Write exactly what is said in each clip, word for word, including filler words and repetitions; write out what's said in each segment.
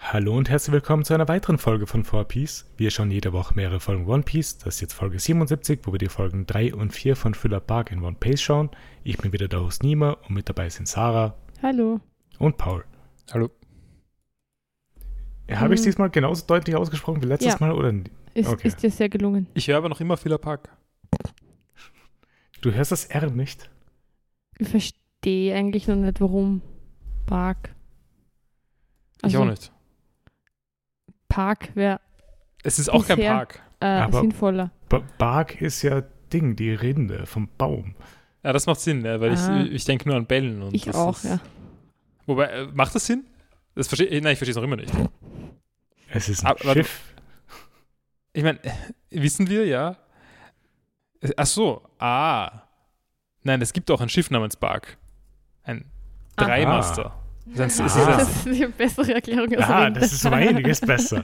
Hallo und herzlich willkommen zu einer weiteren Folge von four Piece. Wir schauen jede Woche mehrere Folgen One Piece. Das ist jetzt Folge siebenundsiebzig, wo wir die Folgen drei und vier von Thriller Bark in One Piece schauen. Ich bin wieder der Host Nima und mit dabei sind Sarah. Hallo. Und Paul. Hallo. Habe ich es diesmal genauso deutlich ausgesprochen wie letztes ja. Mal? Oder? Ist, Okay. ist dir sehr gelungen. Ich höre aber noch immer Thriller Bark. Du hörst das R nicht? Ich verstehe eigentlich noch nicht, warum Park. Ich auch nicht. Park wäre Es ist auch kein bisher, Park. äh, Aber- sinnvoller. Ba- Bark ist ja Ding, die Rinde vom Baum. Ja, das macht Sinn, ja, weil Ah. ich, ich denke nur an Bällen. Und Ich das auch, ist, ja. Wobei, äh, macht das Sinn? Das versteh, nein, ich verstehe es noch immer nicht. Es ist ein Aber- warte- Schiff. Ich meine, äh, wissen wir, ja? Äh, Ach so, ah. Nein, es gibt auch ein Schiff namens Bark. Ein Ah. Dreimaster. Das heißt, es ist Ah. ein, Das ist die bessere Erklärung als Ja, Rinde. das ist um einiges besser.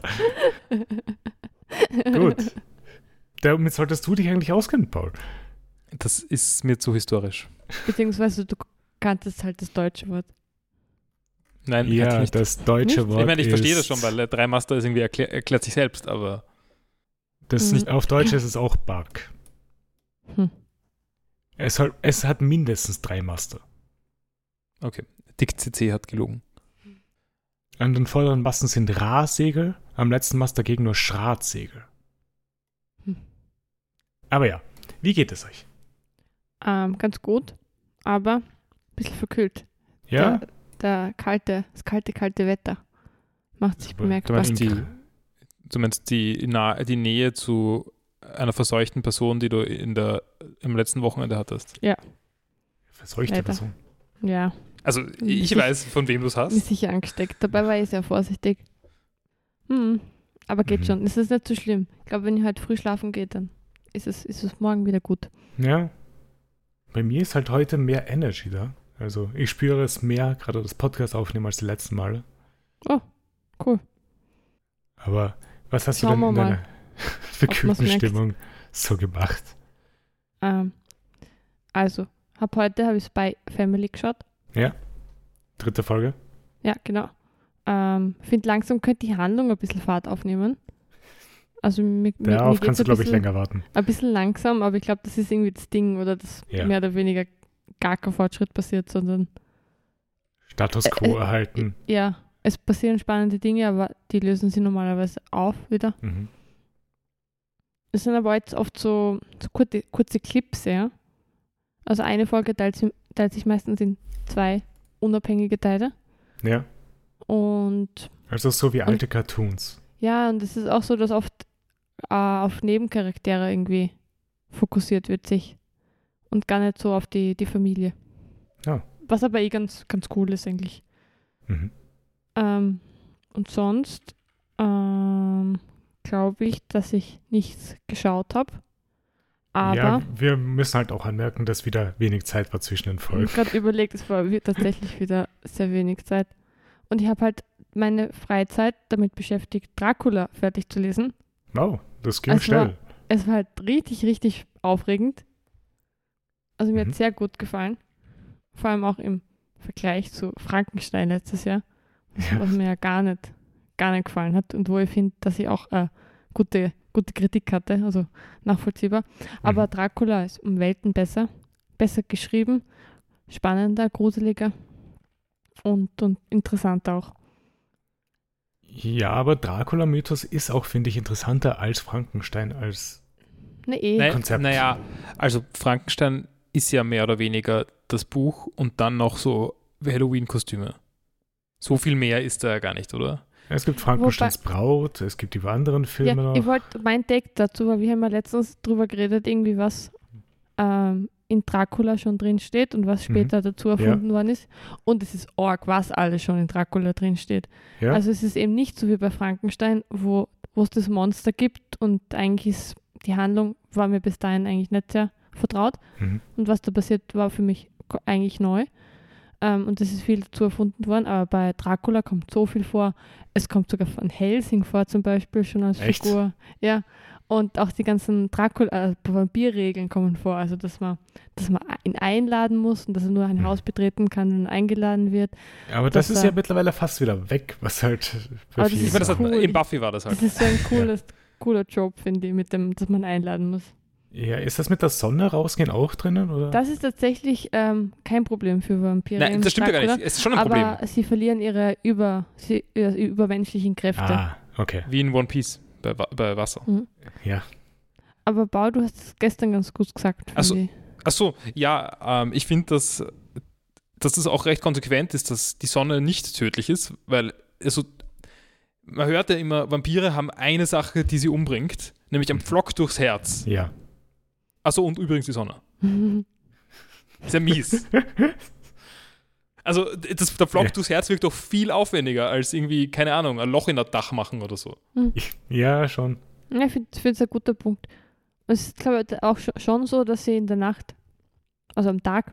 Gut. Damit solltest du dich eigentlich auskennen, Paul. das ist mir zu historisch. Beziehungsweise du kanntest halt das deutsche Wort. Nein, kann ich Ja, nicht. das deutsche Nicht? Wort Ich meine, ich verstehe das ist- schon, weil der Dreimaster ist irgendwie erklär, erklärt sich selbst, aber Das Mhm. nicht, auf Deutsch ist es auch Bark. Hm. Es, soll, es hat mindestens drei Master. okay. Dick C C hat gelogen. An den vorderen Masten sind Ra-Segel, am letzten Mast dagegen nur Schrat-Segel. Hm. Aber ja, wie geht es euch? Ähm, ganz gut, aber ein bisschen verkühlt. Ja? Der, der kalte, das kalte, kalte Wetter macht sich Aber Du bemerkbar. meinst die, du meinst die, Na- die Nähe zu einer verseuchten Person, die du in der, im letzten Wochenende hattest? Verseuchte Leider. Person. Ja, Also ich Ich- weiß, von wem du es mir hast. sicher angesteckt. Dabei war ich sehr vorsichtig. Hm. Aber geht Mhm. schon. Es ist nicht so schlimm. Ich glaube, wenn ich heute früh schlafen gehe, dann ist es, ist es morgen wieder gut. Ja. Bei mir ist halt heute mehr Energy da. Also ich spüre es mehr, gerade das Podcast aufnehmen, als die letzten Male. Cool. Aber was hast Schauen du denn wir in mal, deiner verkühlten merkt. Stimmung so gemacht? Ähm, also, hab heute habe ich Spy Family geschaut. Dritte Folge? Ja, genau. Ähm, finde langsam könnte die Handlung ein bisschen Fahrt aufnehmen. Also mir, mir, Darauf mir geht's kannst du, ein glaube ich, bisschen- länger warten. Ein bisschen langsam, aber ich glaube, das ist irgendwie das Ding, oder dass Ja. mehr oder weniger gar kein Fortschritt passiert, sondern Status Ä- quo äh, erhalten. ja, es passieren spannende Dinge, aber die lösen sie normalerweise auf wieder. Mhm. Es sind aber jetzt oft so, so kurze, kurze Clips, ja. Also eine Folge teilt, sie- teilt sich meistens in zwei unabhängige Teile. Ja, Und also so wie alte Cartoons. ja, und es ist auch so, dass oft äh, auf Nebencharaktere irgendwie fokussiert wird sich und gar nicht so auf die, die Familie. Ja. Was aber eh ganz, ganz cool ist eigentlich. Mhm. Ähm, und sonst ähm, glaube ich, dass ich nichts geschaut habe. Aber Ja, wir müssen halt auch anmerken, dass wieder wenig Zeit war zwischen den ich Folgen. habe gerade überlegt, es war wi- tatsächlich wieder sehr wenig Zeit. Und ich habe halt meine Freizeit damit beschäftigt, Dracula fertig zu lesen. Wow, das ging Es war- schnell. Es war halt richtig, richtig aufregend. Also mir Mhm. hat sehr gut gefallen. Vor allem auch im Vergleich zu Frankenstein letztes Jahr, Ja. was mir ja gar nicht, gar nicht gefallen hat und wo ich finde, dass ich auch äh, gute, gute Kritik hatte, also nachvollziehbar. Aber Mhm. Dracula ist um Welten besser, besser geschrieben, spannender, gruseliger und, und interessanter auch. Ja, aber Dracula-Mythos ist auch, finde ich, interessanter als Frankenstein, als Ne, eh. Nein, Konzept. Naja, also Frankenstein ist ja mehr oder weniger das Buch und dann noch so Halloween-Kostüme. So viel mehr ist da ja gar nicht, oder? es gibt Frankensteins Braut, es gibt die anderen Filme Ja, noch. ich wollte, mein Take dazu war, wir haben ja letztens drüber geredet, irgendwie was ähm, in Dracula schon drin steht und was Mhm. später dazu erfunden worden ist. Und es ist arg, was alles schon in Dracula drin steht. Ja? Also es ist eben nicht so wie bei Frankenstein, wo wo es das Monster gibt und eigentlich ist die Handlung, war mir bis dahin eigentlich nicht sehr vertraut. Mhm. Und was da passiert, war für mich ko- eigentlich neu. Ähm, und es ist viel dazu erfunden worden, aber bei Dracula kommt so viel vor. Es kommt sogar von Helsing vor, zum Beispiel, schon als Echt? Figur. Ja. Und auch die ganzen Dracula, äh, Vampirregeln kommen vor. Also, dass man, dass man ihn einladen muss und dass er nur ein Mhm. Haus betreten kann, wenn er eingeladen wird. Aber das dass ist er- ja mittlerweile fast wieder weg, was halt für Aber das viele ist Ich meine, das hat, cool. in Buffy war das halt. Das ist so ein cooles, cooler Job, finde ich, mit dem, dass man einladen muss. Ja, ist das mit der Sonne rausgehen auch drinnen? Oder? Das ist tatsächlich ähm, kein Problem für Vampire. Nein, im das stimmt ja gar Dracula, nicht. Es ist schon ein aber Problem. sie verlieren ihre über, sie, äh, übermenschlichen Kräfte. Ah, okay. Wie in One Piece bei, Wa- bei Wasser. Ja. Aber Bau, du hast es gestern ganz gut gesagt. Ach so. finde ich. Achso, ja, ähm, ich finde, dass, dass das auch recht konsequent ist, dass die Sonne nicht tödlich ist, weil also, man hört ja immer, Vampire haben eine Sache, die sie umbringt, nämlich ein Pflock durchs Herz. Ja. Achso, und übrigens die Sonne. Ist ja mies. Also das, der Pflock Ja. durchs Herz wirkt doch viel aufwendiger als irgendwie, keine Ahnung, ein Loch in das Dach machen oder so. Ja, schon. Ja, ich finde es ein guter Punkt. Es ist, glaube ich, auch scho- schon so, dass sie in der Nacht, also am Tag,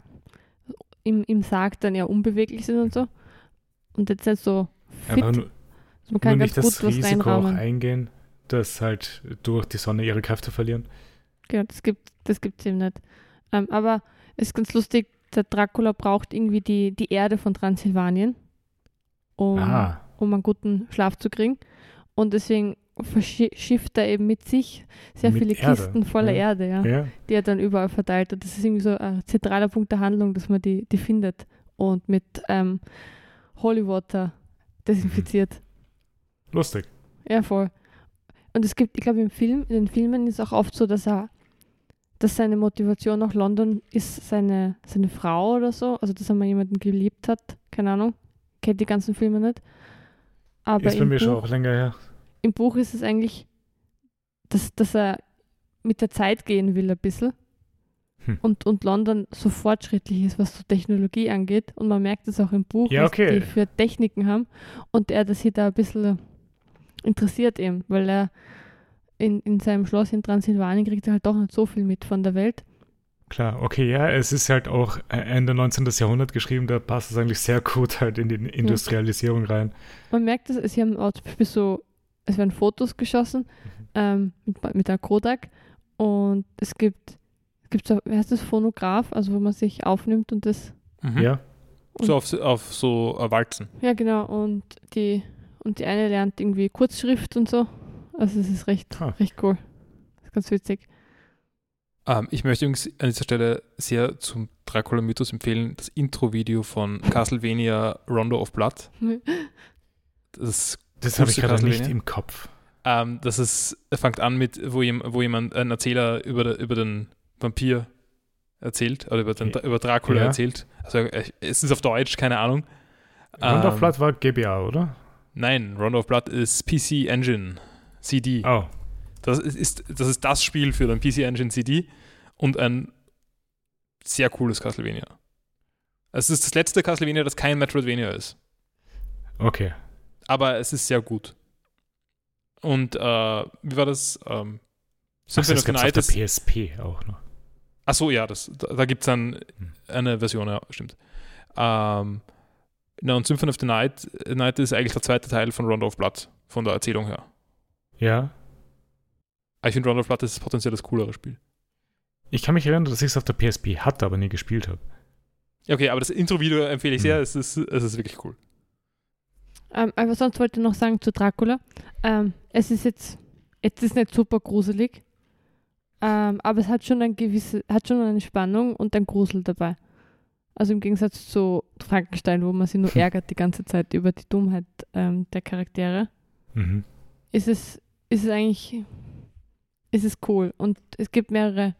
im, im Sarg dann ja unbeweglich sind und so. Und jetzt nicht so fit. Aber nur, Also man nur kann nicht ganz das gut was Risiko auch reinrahmen. eingehen, dass halt durch die Sonne ihre Kräfte verlieren. Genau, das gibt das gibt's eben nicht. Ähm, aber es ist ganz lustig, der Dracula braucht irgendwie die, die Erde von Transsilvanien, um, Ah, um einen guten Schlaf zu kriegen. Und deswegen verschifft er eben mit sich sehr Mit viele Erde, Kisten voller ja. Erde, ja, ja. die er dann überall verteilt. Und das ist irgendwie so ein zentraler Punkt der Handlung, dass man die, die findet und mit ähm, Holy Water desinfiziert. Lustig. Ja, voll. Und es gibt, ich glaube, im Film, in den Filmen ist auch oft so, dass er, dass seine Motivation nach London ist seine, seine Frau oder so, also dass er mal jemanden geliebt hat, keine Ahnung, kennt die ganzen Filme nicht. Aber Ist bei im, mir schon Buch, auch länger her. im Buch ist es eigentlich, dass, dass er mit der Zeit gehen will ein bisschen Hm. und, und London so fortschrittlich ist, was so Technologie angeht. Und man merkt es auch im Buch, Ja, okay. was die für Techniken haben. Und er, das hier da ein bisschen interessiert eben, weil er in, in seinem Schloss in Transsilvanien kriegt er halt doch nicht so viel mit von der Welt. Klar, okay, ja, es ist halt auch Ende neunzehnten. Jahrhundert geschrieben, da passt es eigentlich sehr gut halt in die Industrialisierung rein. Man merkt es, sie haben auch zum Beispiel so, es werden Fotos geschossen ähm, mit, mit der Kodak und es gibt, es gibt so, wie heißt das, Phonograph, also wo man sich aufnimmt und das, Mhm. Ja, So auf, auf so äh, Walzen. ja genau, und die, und die eine lernt irgendwie Kurzschrift und so. Also es ist recht, Ah. recht cool. Das ist ganz witzig. Ähm, ich möchte übrigens an dieser Stelle sehr zum Dracula-Mythos empfehlen, das Intro-Video von Castlevania Rondo of Blood. Das, das habe ich Coolste gerade nicht Castlevania? im Kopf. ähm, das ist, fängt an mit, wo, jem, wo jemand, ein Erzähler über, der, über den Vampir erzählt, oder über, den, Ja. über Dracula Ja. erzählt. Also äh, es ist auf Deutsch, keine Ahnung. Round of Ähm, Blood war G B A, oder? Nein, Rondo of Blood ist P C Engine C D. Oh, Das ist, ist, das ist das Spiel für den P C Engine C D und ein sehr cooles Castlevania. Es ist das letzte Castlevania, das kein Metroidvania ist. okay. Aber es ist sehr gut. Und äh, wie war das? Ähm, Ach, Symphony das of the gibt es auf Night der ist. P S P auch noch. Achso, ja, das, da, da gibt es dann Hm. eine Version, ja, stimmt. Ähm, na, und Symphony of the Night, Night ist eigentlich der zweite Teil von Rondo of Blood, von der Erzählung her. Ja, Aber ich finde Rondo of Blood ist potenziell das coolere Spiel. ich kann mich erinnern, dass ich es auf der P S P hatte, aber nie gespielt habe. Ja, okay, aber das Intro-Video empfehle ich sehr, Hm. es, ist, es ist wirklich cool. Ähm, aber sonst wollte ich noch sagen zu Dracula. Ähm, es ist jetzt, jetzt ist nicht super gruselig, ähm, aber es hat schon eine gewisse, hat schon eine Spannung und ein Grusel dabei. Also im Gegensatz zu Frankenstein, wo man sich nur ärgert die ganze Zeit über die Dummheit ähm, der Charaktere, Mhm. ist es, ist es eigentlich, ist es cool. Und es gibt mehrere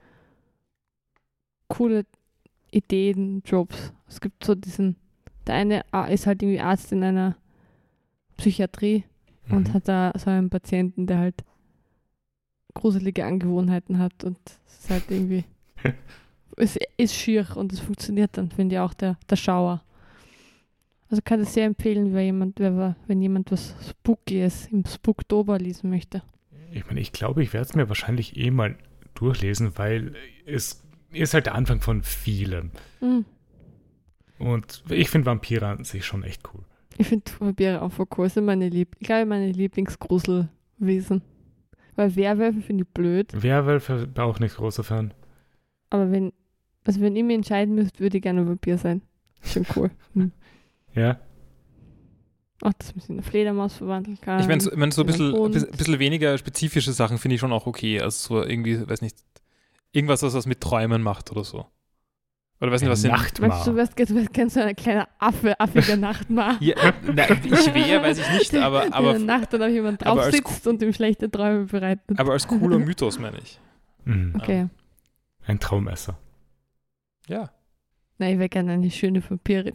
coole Ideen, Jobs. Es gibt so diesen, der eine ah, ist halt irgendwie Arzt in einer Psychiatrie und Mhm. hat da so einen Patienten, der halt gruselige Angewohnheiten hat und es ist halt irgendwie, es ist schier und es funktioniert dann, finde ich auch, der, der Schauer. Also kann ich sehr empfehlen, wenn jemand, wer- wenn jemand was Spookyes im Spooktober lesen möchte. Ich meine, ich glaube, ich werde es mir wahrscheinlich eh mal durchlesen, weil es ist halt der Anfang von vielem. Mhm. Und ich finde Vampire an sich schon echt cool. Ich finde Vampire auch voll cool. Das sind meine Lieb ich glaube, meine Lieblingsgruselwesen. Weil Werwölfe finde ich blöd. Werwölfe bin auch nicht großer Fan. Aber wenn, also wenn ich mich entscheiden müsste, würde ich gerne ein Vampir sein. Schon cool. Hm. Ja. Ach, dass man sich in eine Fledermaus verwandeln kann. Ich meine, so, ich mein, so ein in einen bisschen, Hund. ein bisschen weniger spezifische Sachen finde ich schon auch okay. Also so irgendwie, weiß nicht, irgendwas, was was mit Träumen macht oder so. Oder weiß nicht, was Ein in Meinst du, Nachtmar. du wärst, du wärst gerne so ein kleiner Affe, affiger Nachtmar. Ja, nein, ich wäre, weiß ich nicht, aber, Der aber, in der Nacht dann auf jemand aber drauf als sitzt und ihm schlechte Träume bereitet. aber als cooler Mythos, meine ich. Mhm. Okay. Ein Traumesser. Ja. Nein, ich wäre gerne eine schöne Vampirin.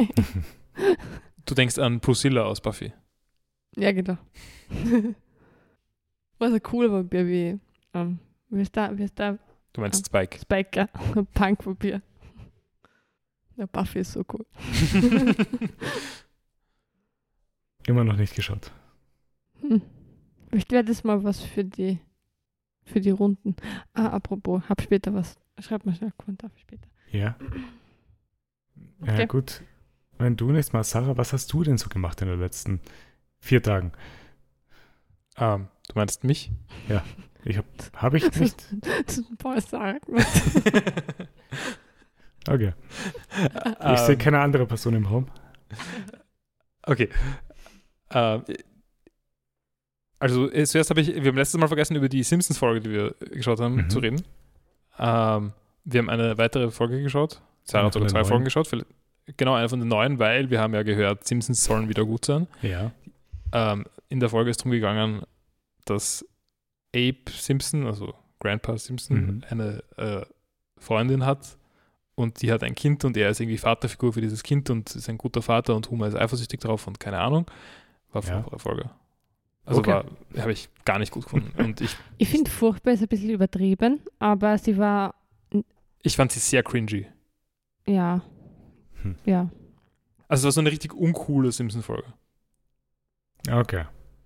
Du denkst an Priscilla aus Buffy. Ja, genau. Was ein cooler Vampir wie, ähm, wie ist da, wie ist da? Du meinst Spike. Spiker, Punk-Vampir. Ja, Buffy ist so cool. Immer noch nicht geschaut. Hm. Ich werde das mal was für die für die Runden. Ah, apropos, hab später was. Schreib mal schnell Kommentar für später. Ja. Ja, Okay. gut. Wenn du nichts mal, Sarah, was hast du denn so gemacht in den letzten vier Tagen? Ähm, du meinst mich? Ich hab, hab ich nicht? Das ist ein Paul sagt. Okay. Ich sehe Ähm, keine andere Person im Raum. Okay. Ähm, also äh, zuerst habe ich, wir haben letztes Mal vergessen, über die Simpsons-Folge, die wir geschaut haben, Mhm. zu reden. Ähm, wir haben eine weitere Folge geschaut. Sarah Eine hat sogar von den zwei neuen. Folgen geschaut. Vielleicht- Genau, eine von den neuen, weil wir haben ja gehört, Simpsons sollen wieder gut sein. Ja. Ähm, in der Folge ist darum gegangen, dass Abe Simpson, also Grandpa Simpson, Mhm. eine äh, Freundin hat und die hat ein Kind und er ist irgendwie Vaterfigur für dieses Kind und ist ein guter Vater und Homer ist eifersüchtig drauf und keine Ahnung. War Ja. vor der Folge. Also Okay. war, habe ich gar nicht gut gefunden. Und ich, Ich finde furchtbar ist ein bisschen übertrieben, aber sie war, ich fand sie sehr cringy. ja, Hm. ja. Also es war so eine richtig uncoole Simpson-Folge. Okay.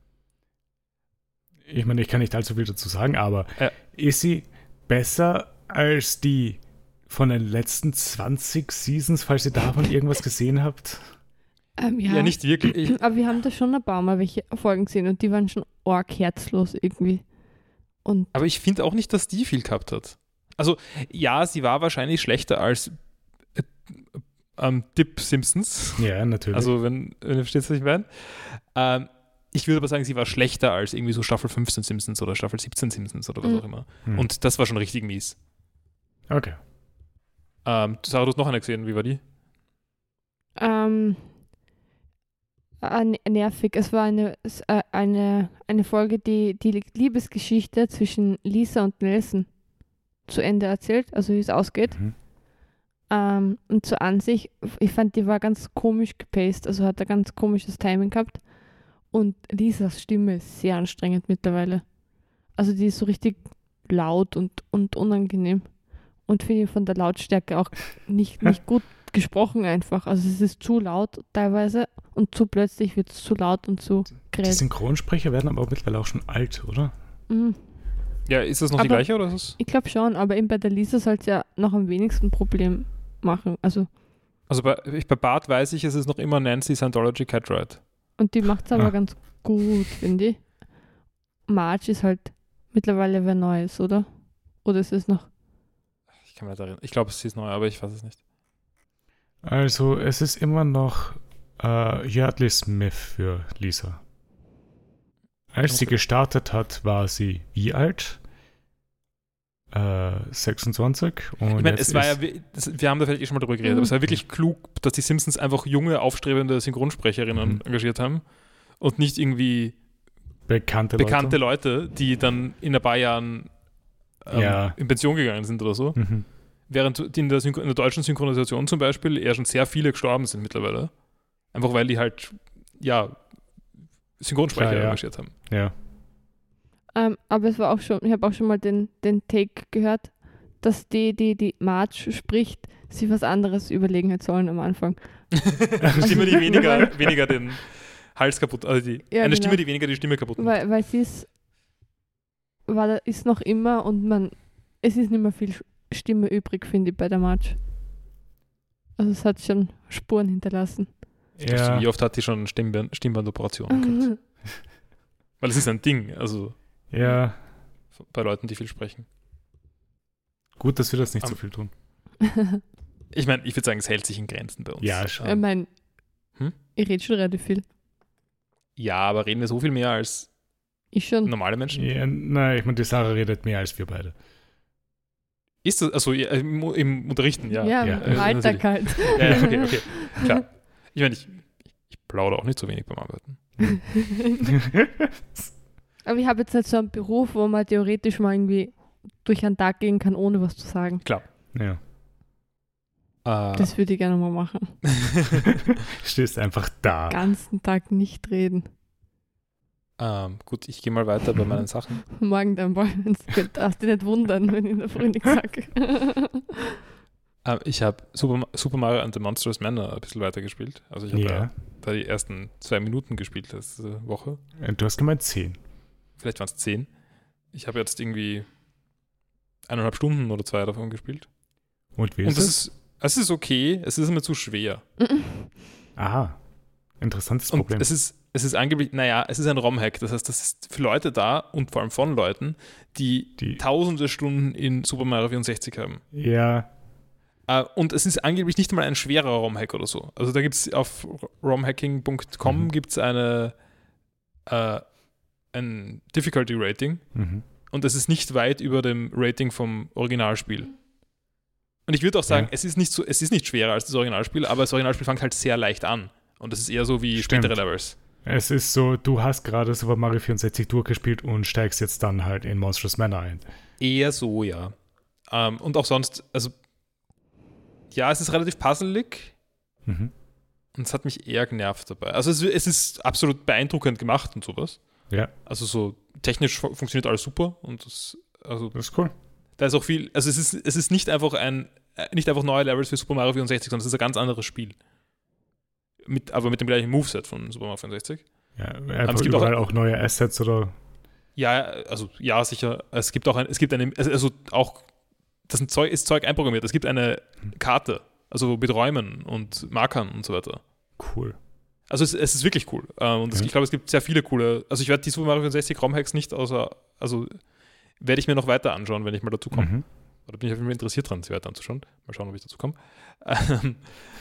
Ich meine, ich kann nicht allzu viel dazu sagen, aber Ja. ist sie besser als die von den letzten zwanzig Seasons, falls ihr davon irgendwas gesehen habt? Ähm, ja. Ja, nicht wirklich. Ich, Aber wir haben da schon ein paar Mal welche Folgen gesehen und die waren schon arg herzlos irgendwie. Und aber ich finde auch nicht, dass die viel gehabt hat. Also ja, sie war wahrscheinlich schlechter als äh, ähm, Dip Simpsons. Ja, natürlich. Also, wenn, wenn du verstehst, was ich meine. Ähm, ich würde aber sagen, sie war schlechter als irgendwie so Staffel fünfzehn Simpsons oder Staffel siebzehn Simpsons oder was Mhm. auch immer. Hm. Und das war schon richtig mies. Okay. Ähm, Sarah, du hast noch eine gesehen. Wie war die? ähm, äh, nervig. Es war eine, es, äh, eine, eine Folge, die die Liebesgeschichte zwischen Lisa und Nelson zu Ende erzählt, also wie es ausgeht. Mhm. Ähm, und zur Ansicht, ich fand, die war ganz komisch gepaced, also hat ein ganz komisches Timing gehabt. Und Lisas Stimme ist sehr anstrengend mittlerweile. Also die ist so richtig laut und, und unangenehm. Und finde ich von der Lautstärke auch nicht, nicht gut gesprochen einfach. Also es ist zu laut teilweise und zu plötzlich wird es zu laut und zu Die grell. Synchronsprecher werden aber mittlerweile auch schon alt, oder? Mhm. Ja, ist das noch die Aber- gleiche oder ist es? Ich glaube schon, aber eben bei der Lisa soll es ja noch am wenigsten Problem machen. Also, Also bei, ich, bei Bart weiß ich, es ist noch immer Nancy Scientology Cartwright. und die macht es aber Ah. ganz gut, finde ich. Marge ist halt mittlerweile wer Neues, oder? Oder ist es noch? Ich kann mich nicht erinnern. Ich glaube, es ist neu, aber ich weiß es nicht. Also, es ist immer noch äh, Yardley Smith für Lisa. Als sie Okay. gestartet hat, war sie wie alt? Äh, sechsundzwanzig. Und Ich meine, jetzt es war ist, ja, wir, das, wir haben da vielleicht eh schon mal drüber geredet, Mhm. aber es war wirklich klug, dass die Simpsons einfach junge, aufstrebende Synchronsprecherinnen Mhm. engagiert haben und nicht irgendwie bekannte, bekannte Leute. Leute, die dann in ein paar Jahren ähm, Ja. in Pension gegangen sind oder so. Mhm. Während in der, Synchro- in der deutschen Synchronisation zum Beispiel eher schon sehr viele gestorben sind mittlerweile. Einfach weil die halt, ja, Synchronsprecher Klar, ja. engagiert haben. Ja. Ähm, aber es war auch schon, ich habe auch schon mal den, den Take gehört, dass die, die, die Marge spricht, sich was anderes überlegen hätte sollen am Anfang. Eine Stimme, die weniger, weniger den Hals kaputt, also die, Ja, eine genau. Stimme, die weniger die Stimme kaputt macht. Weil, weil sie ist, war, da- ist noch immer und man, es ist nicht mehr viel Stimme übrig, finde ich, bei der Marge. Also es hat schon Spuren hinterlassen. Glaubst du, Ja. wie oft hat die schon Stimmband, Stimmbandoperationen gehabt? Weil es ist ein Ding, also Ja, Bei Leuten, die viel sprechen. gut, dass wir das nicht Am- so viel tun. Ich meine, ich würde sagen, es hält sich in Grenzen bei uns. Ja, schon. Ich meine, Hm? ich rede schon relativ viel. Ja, aber reden wir so viel mehr als Ich schon. normale Menschen? Ja, nein, ich meine, die Sarah redet mehr als wir beide. Ist das, also ja, im, im Unterrichten, ja. Ja, Ja, im äh, Alltag halt. Ja, ja, okay, okay, klar. Ich meine, ich, ich plaudere auch nicht so wenig beim Arbeiten. Aber ich habe jetzt nicht so einen Beruf, wo man theoretisch mal irgendwie durch einen Tag gehen kann, ohne was zu sagen. Ja. Äh, Das würde ich gerne mal machen. Stehst einfach da. Den ganzen Tag nicht reden. ähm, gut, ich gehe mal weiter bei meinen Sachen. Morgen dann mal, wenn es darfst dich nicht wundern, wenn ich in der Früh nichts sage. Ähm, ich habe Super, Super Mario and the Monstrous Manor ein bisschen weitergespielt. Also ich habe Ja. ja. da die ersten zwei Minuten gespielt letzte Woche. Äh, Du hast gemeint zehn. Vielleicht waren es zehn. Ich habe jetzt irgendwie eineinhalb Stunden oder zwei davon gespielt. Und wie Und ist es es? ist, es ist okay, es ist mir zu schwer. Aha. Interessantes Und Problem. es ist, es ist angeblich, naja, es ist ein ROM-Hack. Das heißt, das ist für Leute da und vor allem von Leuten, die, Die- tausende Stunden in Super Mario vierundsechzig haben. Ja, Äh, und es ist angeblich nicht mal ein schwerer ROM-Hack oder so. Also da gibt es auf romhacking punkt com Mhm. gibt es eine äh, ein Difficulty-Rating mhm. und es ist nicht weit über dem Rating vom Originalspiel. Und ich würde auch sagen, Ja. es ist nicht so, es ist nicht schwerer als das Originalspiel, aber das Originalspiel fängt halt sehr leicht an. Und das ist eher so wie Stimmt. spätere Levels. Es ist so, du hast gerade Super Mario vierundsechzig durchgespielt und steigst jetzt dann halt in Monstrous Manor ein. Eher so, ja. Ähm, und auch sonst, also ja, es ist relativ puzzelig Mhm. und es hat mich eher genervt dabei. Also es, es ist absolut beeindruckend gemacht und sowas. Ja, Also so technisch fu- funktioniert alles super und das, also das ist cool. da ist auch viel, also es ist, es ist nicht einfach ein, äh, nicht einfach neue Levels für Super Mario vierundsechzig, sondern es ist ein ganz anderes Spiel. Mit, aber mit dem gleichen Moveset von Super Mario vierundsechzig. Ja, einfach es gibt auch- überall auch, neue Assets oder. Ja, also ja, sicher. Es gibt auch ein, es gibt eine, also, also auch, das ist Zeug, ist Zeug einprogrammiert. Es gibt eine Karte, also mit Räumen und Markern und so weiter. Cool. Also es, es ist wirklich cool. Ähm, Und es, Mhm. ich glaube, es gibt sehr viele coole, also ich werde die Super Mario vierundsechzig ROM-Hacks nicht außer, also werde ich mir noch weiter anschauen, wenn ich mal dazu komme. Mhm. Oder bin ich auf jeden Fall interessiert dran, sie weiter anzuschauen. Mal schauen, ob ich dazu komme. Ähm,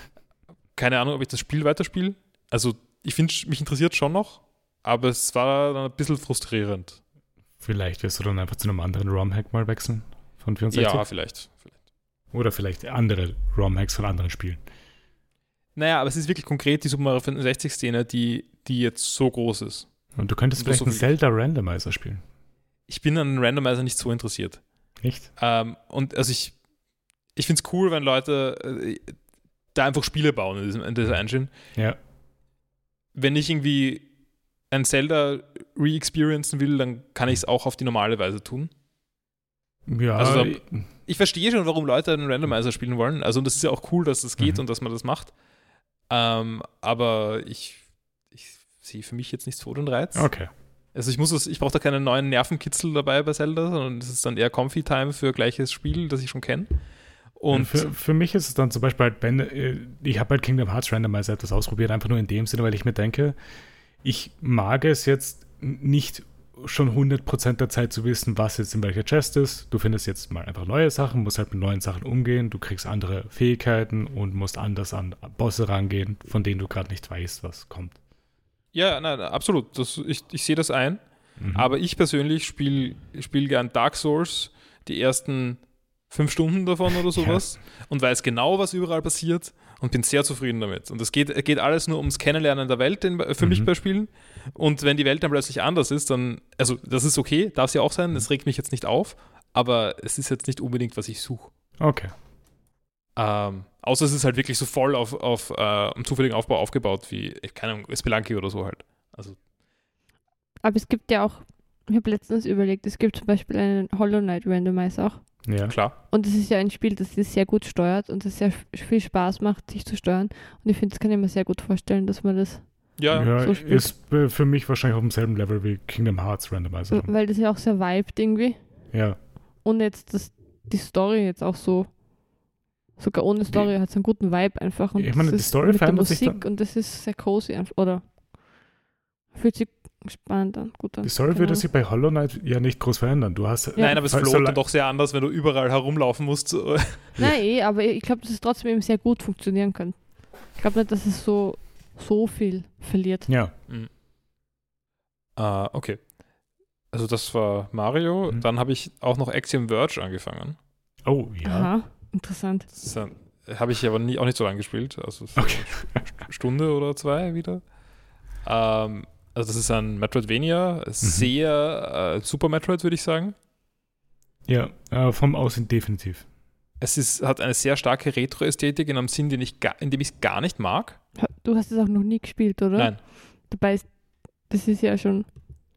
keine Ahnung, ob ich das Spiel weiterspiele. Also ich finde, mich interessiert schon noch, aber es war dann ein bisschen frustrierend. Vielleicht wirst du dann einfach zu einem anderen ROM-Hack mal wechseln von vierundsechzig. Ja, vielleicht. vielleicht. Oder vielleicht andere ROM-Hacks von anderen Spielen. Naja, aber es ist wirklich konkret die Super Mario vierundsechzig-Szene, die, die jetzt so groß ist. Und du könntest Und vielleicht so einen viel- Zelda-Randomizer spielen. Ich bin an Randomizer nicht so interessiert. Nicht? Ähm, und also ich, ich finde es cool, wenn Leute äh, da einfach Spiele bauen in, diesem, in dieser Engine. Ja. Wenn ich irgendwie ein Zelda re-experiencen will, dann kann ich es auch auf die normale Weise tun. Ja, Also da- Ich verstehe schon, warum Leute einen Randomizer spielen wollen. Also und das ist ja auch cool, dass das geht Mhm. und dass man das macht. Ähm, aber ich, ich sehe für mich jetzt nicht so den Reiz. okay. Also ich muss es, ich brauche da keinen neuen Nervenkitzel dabei bei Zelda, sondern es ist dann eher Comfy-Time für gleiches Spiel, das ich schon kenne. Und für, für mich ist es dann zum Beispiel halt, wenn, äh, ich habe halt Kingdom Hearts Randomizer etwas ausprobiert, einfach nur in dem Sinne, weil ich mir denke, ich mag es jetzt nicht schon hundert Prozent der Zeit zu wissen, was jetzt in welcher Chest ist. Du findest jetzt mal einfach neue Sachen, musst halt mit neuen Sachen umgehen, du kriegst andere Fähigkeiten und musst anders an Bosse rangehen, von denen du gerade nicht weißt, was kommt. ja, nein, absolut. Das, ich, ich sehe das ein. Mhm. Aber ich persönlich spiele spiel gern Dark Souls, die ersten fünf Stunden davon oder sowas und weiß genau, was überall passiert und bin sehr zufrieden damit. Und es geht, geht alles nur ums Kennenlernen der Welt in, für Mhm. mich bei Spielen. Und wenn die Welt dann plötzlich anders ist, dann, also das ist okay, darf es ja auch sein, das regt mich jetzt nicht auf, aber es ist jetzt nicht unbedingt, was ich suche. Okay. Ähm, außer es ist halt wirklich so voll auf, auf äh, einem zufälligen Aufbau aufgebaut, wie, keine Ahnung, Spelunky oder so halt. Also, Aber es gibt ja auch, ich habe letztens überlegt, es gibt zum Beispiel einen Hollow Knight Randomizer auch. Ja. klar. Und es ist ja ein Spiel, das sich sehr gut steuert und es sehr viel Spaß macht, sich zu steuern. Und ich finde, das kann ich mir sehr gut vorstellen, dass man das, Ja, Ja, so spielt. ist äh, für mich wahrscheinlich auf demselben Level wie Kingdom Hearts Randomizer. weil das ja auch sehr vibet irgendwie. Ja. Und jetzt das, die Story jetzt auch so, sogar ohne Story hat es einen guten Vibe einfach. Und Ich meine, das die ist Story mit der verändert sich Musik und das ist sehr cozy einfach, oder fühlt sich spannend an. Gut an. Die Story würde sich bei Hollow Knight ja nicht groß verändern. Du hast, Ja. Nein, aber es so- float so- dann doch sehr anders, wenn du überall herumlaufen musst. Äh, Nein, eh, aber ich glaube, dass es trotzdem eben sehr gut funktionieren kann. Ich glaube nicht, dass es so, so viel verliert. Ja, okay. Also das war Mario. Mhm. Dann habe ich auch noch Axiom Verge angefangen. oh ja. Aha, interessant. Das ist ein- habe ich aber nie, auch nicht so lange gespielt. Also so Okay. eine St- Stunde oder zwei wieder. Ähm, also das ist ein Metroidvania. Sehr äh, Super Metroid, würde ich sagen. Ja, äh, vom Aussehen definitiv. Es ist, hat eine sehr starke Retro-Ästhetik in einem Sinn, den ich ga, in dem ich es gar nicht mag. Ha- Du hast es auch noch nie gespielt, oder? Nein. Dabei ist, das ist ja schon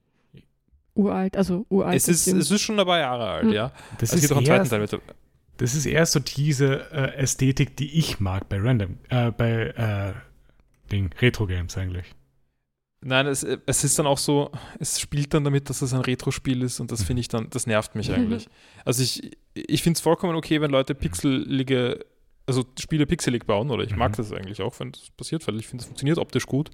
uralt, also uralt. Es ist, es ist schon ein paar Jahre alt, Mhm. ja. Das Es ist, gibt auch einen eher, zweiten Teil mit. das ist eher so diese äh, Ästhetik, die ich mag bei Random, äh, bei äh, Ding, Retro-Games eigentlich. Nein, es, es ist dann auch so, es spielt dann damit, dass es ein Retro-Spiel ist und das finde ich dann, das nervt mich eigentlich. Also ich, ich finde es vollkommen okay, wenn Leute pixelige, also Spiele pixelig bauen, oder ich mag Mhm. das eigentlich auch, wenn das passiert, weil ich finde, es funktioniert optisch gut.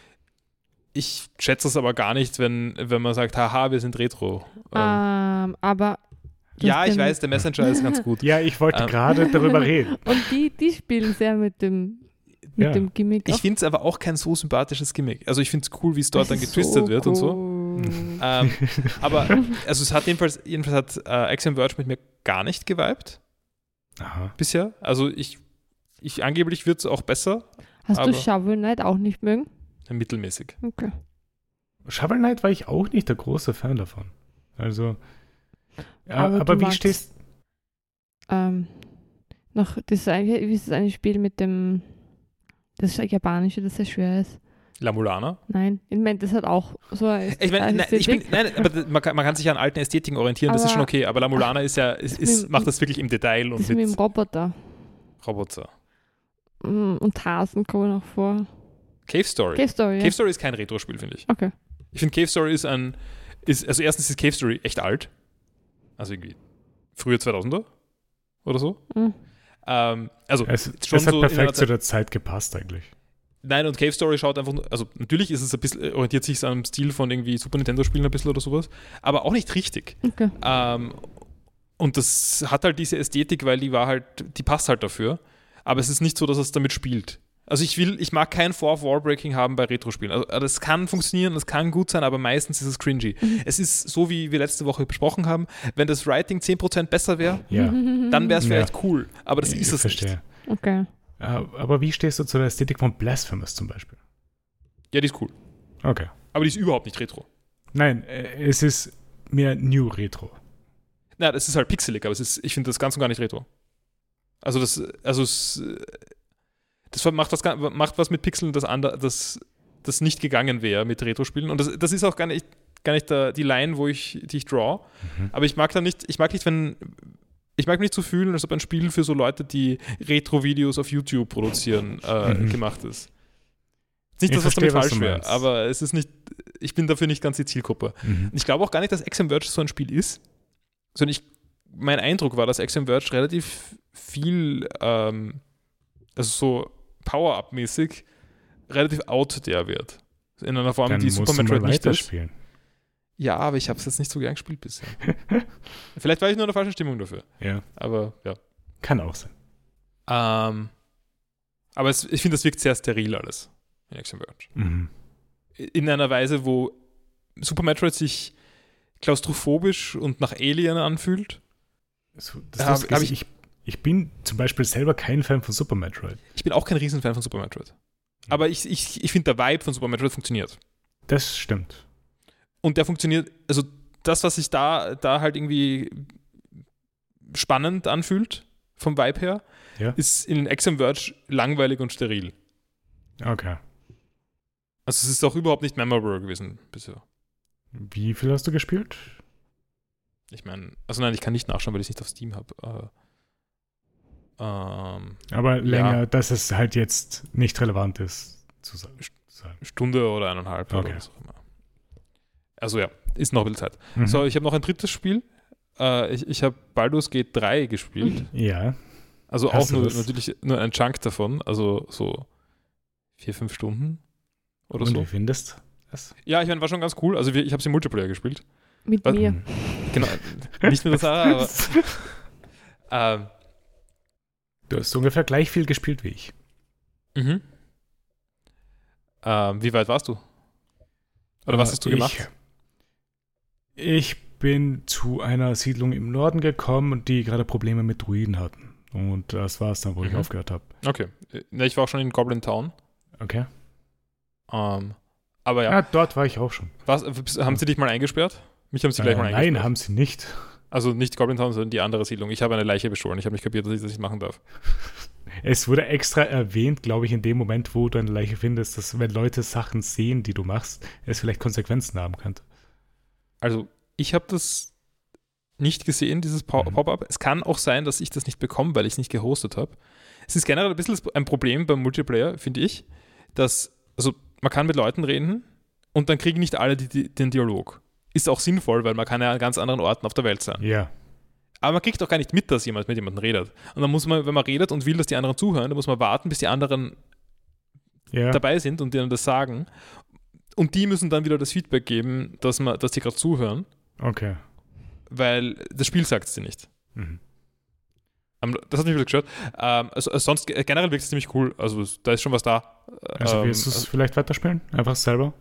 Ich schätze es aber gar nicht, wenn, wenn man sagt, haha, wir sind Retro. Ähm, Ähm, aber. du ja, hast ich den- weiß, der Messenger ist ganz gut. Ja, ich wollte Ähm. gerade darüber reden. Und die, die spielen sehr mit dem, mit Ja. dem Gimmick. Ich auch. finde es aber auch kein so sympathisches Gimmick. Also ich finde es cool, wie es dort Das dann ist getwistet so wird und so. cool. Ähm, aber also es hat jedenfalls, jedenfalls hat äh, Axiom Verge mit mir gar nicht geweibt Aha. bisher. Also ich, ich angeblich wird es auch besser, Hast aber- du Shovel Knight auch nicht mögen? äh, mittelmäßig. Okay. Shovel Knight war ich auch nicht der große Fan davon. Also, ja, Aber aber, du wie magst- stehst Ähm, noch, das ist eigentlich, wie ist das eine Spiel mit dem, das ist japanische, das sehr schwer ist. La Mulana. Nein, ich meine, das hat auch so eine Ich meine, nein, ich bin, Ästhetik. nein, aber das- man kann, man kann sich an alten Ästhetiken orientieren, das ist Aber- schon okay. Aber La Mulana ist ja, ist, das ist, mit- macht das wirklich im Detail und das mit dem mit Roboter. Roboter. Mm, Und Hasen kommen noch vor. Cave Story. Cave Story, ja. Cave Story ist kein Retro-Spiel, finde ich. Okay. Ich finde, Cave Story ist ein, ist, also erstens ist Cave Story echt alt. Also irgendwie frühe zweitausender oder so. Mhm. Ähm, also es? schon Es hat so in einer perfekt zu Zeit- der Zeit gepasst eigentlich. Nein, und Cave Story schaut einfach nur, also natürlich ist es ein bisschen, orientiert sich an dem Stil von irgendwie Super Nintendo-Spielen ein bisschen oder sowas, aber auch nicht richtig. Okay. Ähm, und das hat halt diese Ästhetik, weil die war halt, die passt halt dafür. Aber es ist nicht so, dass es damit spielt. Also ich will, ich mag kein Fourth Wall-Breaking haben bei Retro-Spielen. Also das kann funktionieren, das kann gut sein, aber meistens ist es cringy. Mhm. Es ist so, wie wir letzte Woche besprochen haben, wenn das Writing zehn Prozent besser wäre, Ja, dann wäre es Ja. vielleicht cool. Aber das ich ist es verstehe. nicht. Okay. Äh, Aber wie stehst du zu der Ästhetik von Blasphemous zum Beispiel? Ja, die ist cool. Okay. Aber die ist überhaupt nicht Retro. Nein, äh, es ist mehr New Retro. Na, das ist halt pixelig, aber es ist, ich finde das ganz und gar nicht Retro. Also das, also es, das macht was, macht was mit Pixeln, das, ander, das, das nicht gegangen wäre mit Retro-Spielen. Und das, das ist auch gar nicht, gar nicht der, die Line, wo ich, die ich draw. Mhm. Aber ich mag da nicht, ich mag nicht, wenn, ich mag mich nicht so fühlen, als ob ein Spiel für so Leute, die Retro-Videos auf YouTube produzieren, äh, Mhm. gemacht ist. Nicht, Ich dass was damit verstehe, was falsch du wäre, meinst. aber es ist nicht, ich bin dafür nicht ganz die Zielgruppe. Mhm. Ich glaube auch gar nicht, dass Axiom Verge so ein Spiel ist, sondern ich, mein Eindruck war, dass Axiom Verge relativ viel, ähm, also so Power-Up-mäßig, relativ out der wird. In einer Form, Dann die musst Super du mal Metroid nicht ist. weiterspielen. Ja, aber ich habe es jetzt nicht so gern gespielt bisher. Vielleicht war ich nur in der falschen Stimmung dafür. Ja, Aber ja. kann auch sein. Ähm, aber es, ich finde, das wirkt sehr steril alles in Axiom Verge. Mhm. In einer Weise, wo Super Metroid sich klaustrophobisch und nach Alien anfühlt. So, das Hab- Lustige hab ist, ich- ich, ich bin zum Beispiel selber kein Fan von Super Metroid. Ich bin auch kein Riesenfan von Super Metroid. Aber ich, ich, ich finde, der Vibe von Super Metroid funktioniert. Das stimmt. Und der funktioniert, also das, was sich da, da halt irgendwie spannend anfühlt, vom Vibe her, Ja. ist in Axiom Verge langweilig und steril. Okay. Also es ist auch überhaupt nicht memorable gewesen bisher. Wie viel hast du gespielt? Ich meine, also nein, ich kann nicht nachschauen, weil ich es nicht auf Steam habe. Äh, ähm, Aber länger, Ja. dass es halt jetzt nicht relevant ist, zu sa- zu sagen. Stunde oder eineinhalb Okay. oder was auch immer. Also ja, ist noch ein bisschen Zeit. Mhm. So, ich habe noch ein drittes Spiel. Äh, ich ich habe Baldur's Gate drei gespielt. Ja. Also Hast auch du nur, das? natürlich nur ein Chunk davon. Also so vier, fünf Stunden oder Und so. wie findest Was? Ja, ich meine, war schon ganz cool. Also wir, ich habe sie im Multiplayer gespielt. Mit Was? mir. Genau. Nicht mit der Sarah, aber ähm, Du hast ungefähr gleich viel gespielt wie ich. mhm. Ähm, wie weit warst du? Oder was hast du ich, gemacht? Ich bin zu einer Siedlung im Norden gekommen und die gerade Probleme mit Druiden hatten. Und das war es dann, wo ich Mhm. aufgehört habe. Okay. Ne, ich war auch schon in Goblin Town. Okay. Ähm, aber ja. Ja, dort war ich auch schon. Was, haben sie dich mal eingesperrt? Mich haben sie gleich Äh, mal eingesperrt. nein, haben sie nicht. Also nicht Goblin Town, sondern die andere Siedlung. Ich habe eine Leiche bestohlen. Ich habe nicht kapiert, dass ich das nicht machen darf. Es wurde extra erwähnt, glaube ich, in dem Moment, wo du eine Leiche findest, dass wenn Leute Sachen sehen, die du machst, es vielleicht Konsequenzen haben könnte. Also ich habe das nicht gesehen, dieses Pop- Mhm. Pop-up. Es kann auch sein, dass ich das nicht bekomme, weil ich es nicht gehostet habe. Es ist generell ein bisschen ein Problem beim Multiplayer, finde ich, dass, also man kann mit Leuten reden und dann kriegen nicht alle die, die, den Dialog. Ist auch sinnvoll, weil man kann ja an ganz anderen Orten auf der Welt sein. Ja. Aber man kriegt auch gar nicht mit, dass jemand mit jemandem redet. Und dann muss man, wenn man redet und will, dass die anderen zuhören, dann muss man warten, bis die anderen Ja. dabei sind und denen das sagen. Und die müssen dann wieder das Feedback geben, dass, man, dass die gerade zuhören, Okay. weil das Spiel sagt es dir nicht. Mhm. Ähm, Das hat mich wieder gestört. Ähm, also, also sonst äh, generell wirkt es ziemlich cool. Also da ist schon was da. Also Ähm, willst du es vielleicht weiterspielen? Einfach selber?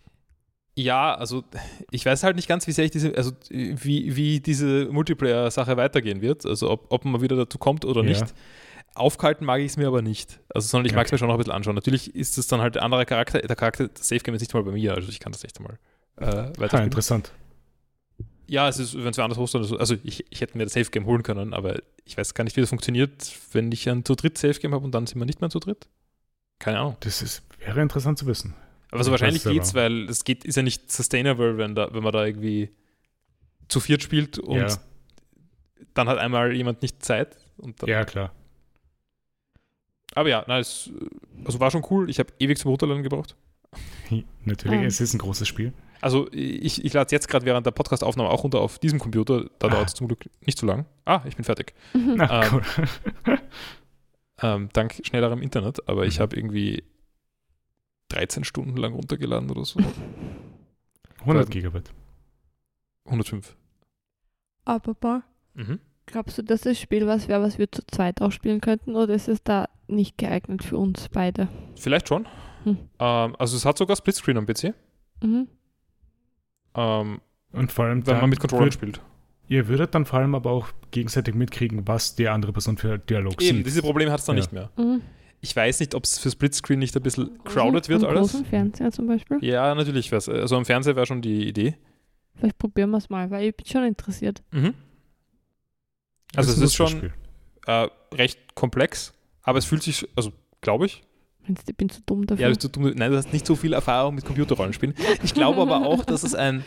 Ja, also ich weiß halt nicht ganz, wie sehr ich diese, also wie, wie diese Multiplayer-Sache weitergehen wird. Also ob, ob man wieder dazu kommt oder Ja. nicht. Aufkalten mag ich es mir aber nicht. Also sondern ich mag es Okay. mir schon noch ein bisschen anschauen. Natürlich ist es dann halt ein anderer Charakter. Der Charakter, das Safe Game ist nicht mal bei mir, also ich kann das nicht einmal äh, Ah, weiterspielen. interessant. Ja, es ist, wenn es wer anders hostet oder so. Also ich, ich hätte mir das Safe Game holen können, aber ich weiß gar nicht, wie das funktioniert, wenn ich ein zu dritt Safe Game habe und dann sind wir nicht mehr zu dritt. Keine Ahnung. Das ist, wäre interessant zu wissen. Aber so Ich wahrscheinlich weiß selber. geht's, weil es geht, ist ja nicht sustainable, wenn, da, wenn man da irgendwie zu viert spielt und Ja. dann hat einmal jemand nicht Zeit. Und dann, Ja, klar. Aber ja, na, es also war schon cool. Ich habe ewig zum Runterladen gebraucht. Natürlich, Ah. es ist ein großes Spiel. Also ich, ich lade es jetzt gerade während der Podcast-Aufnahme auch runter auf diesem Computer. Da Ah. dauert es zum Glück nicht so lang. Ah, ich bin fertig. Na, Ähm, cool. Ähm, dank schnellerem Internet. Aber ich Mhm. habe irgendwie dreizehn Stunden lang runtergeladen oder so. hundert Gigabyte. hundertfünf. Aber Paul, Mhm. glaubst du, dass das Spiel was wäre, was wir zu zweit auch spielen könnten, oder ist es da nicht geeignet für uns beide? Vielleicht schon. Hm. Ähm, also es hat sogar Splitscreen am P C. Mhm. Ähm, Und vor allem, wenn dann man mit Controllern würd- spielt. ihr würdet dann vor allem aber auch gegenseitig mitkriegen, was die andere Person für Dialog Eben, sieht. diese Probleme hat es dann Ja. nicht mehr. Mhm. Ich weiß nicht, ob es für Splitscreen nicht ein bisschen crowded wird Am alles. großen Fernseher zum Beispiel. Ja, natürlich. wär's- Also am Fernseher wäre schon die Idee. Vielleicht probieren wir es mal, weil ich bin schon interessiert. Mhm. Das Also es ein ist schon lustiges Spiel. äh, recht komplex, aber es fühlt sich, also glaube ich, Meinst du, ich bin zu dumm ja, dafür? bist du, dumm- nein, du hast nicht so viel Erfahrung mit Computerrollenspielen. Ich glaube aber auch, dass es ein,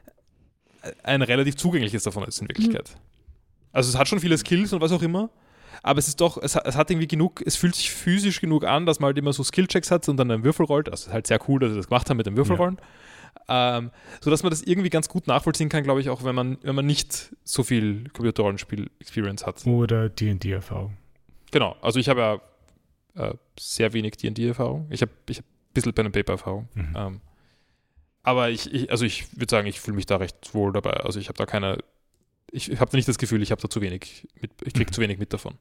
ein relativ zugängliches davon ist in Wirklichkeit. Also es hat schon viele Skills und was auch immer, aber es ist doch, es hat, es hat irgendwie genug, es fühlt sich physisch genug an, dass man halt immer so Skillchecks hat und dann einen Würfel rollt. Also es ist halt sehr cool, dass sie das gemacht haben mit dem Würfelrollen. Ähm, sodass man das irgendwie ganz gut nachvollziehen kann, glaube ich, auch wenn man, wenn man nicht so viel Computerrollenspiel-Experience hat. Oder D und D-Erfahrung. Genau, also ich habe ja äh, sehr wenig D und D-Erfahrung. Ich habe ich hab ein bisschen Pen-and-Paper-Erfahrung. Mhm. Ähm, aber ich, ich, also ich würde sagen, ich fühle mich da recht wohl dabei. Also ich habe da keine, ich, ich habe da nicht das Gefühl, ich habe da zu wenig mit, ich kriege Mhm. zu wenig mit davon.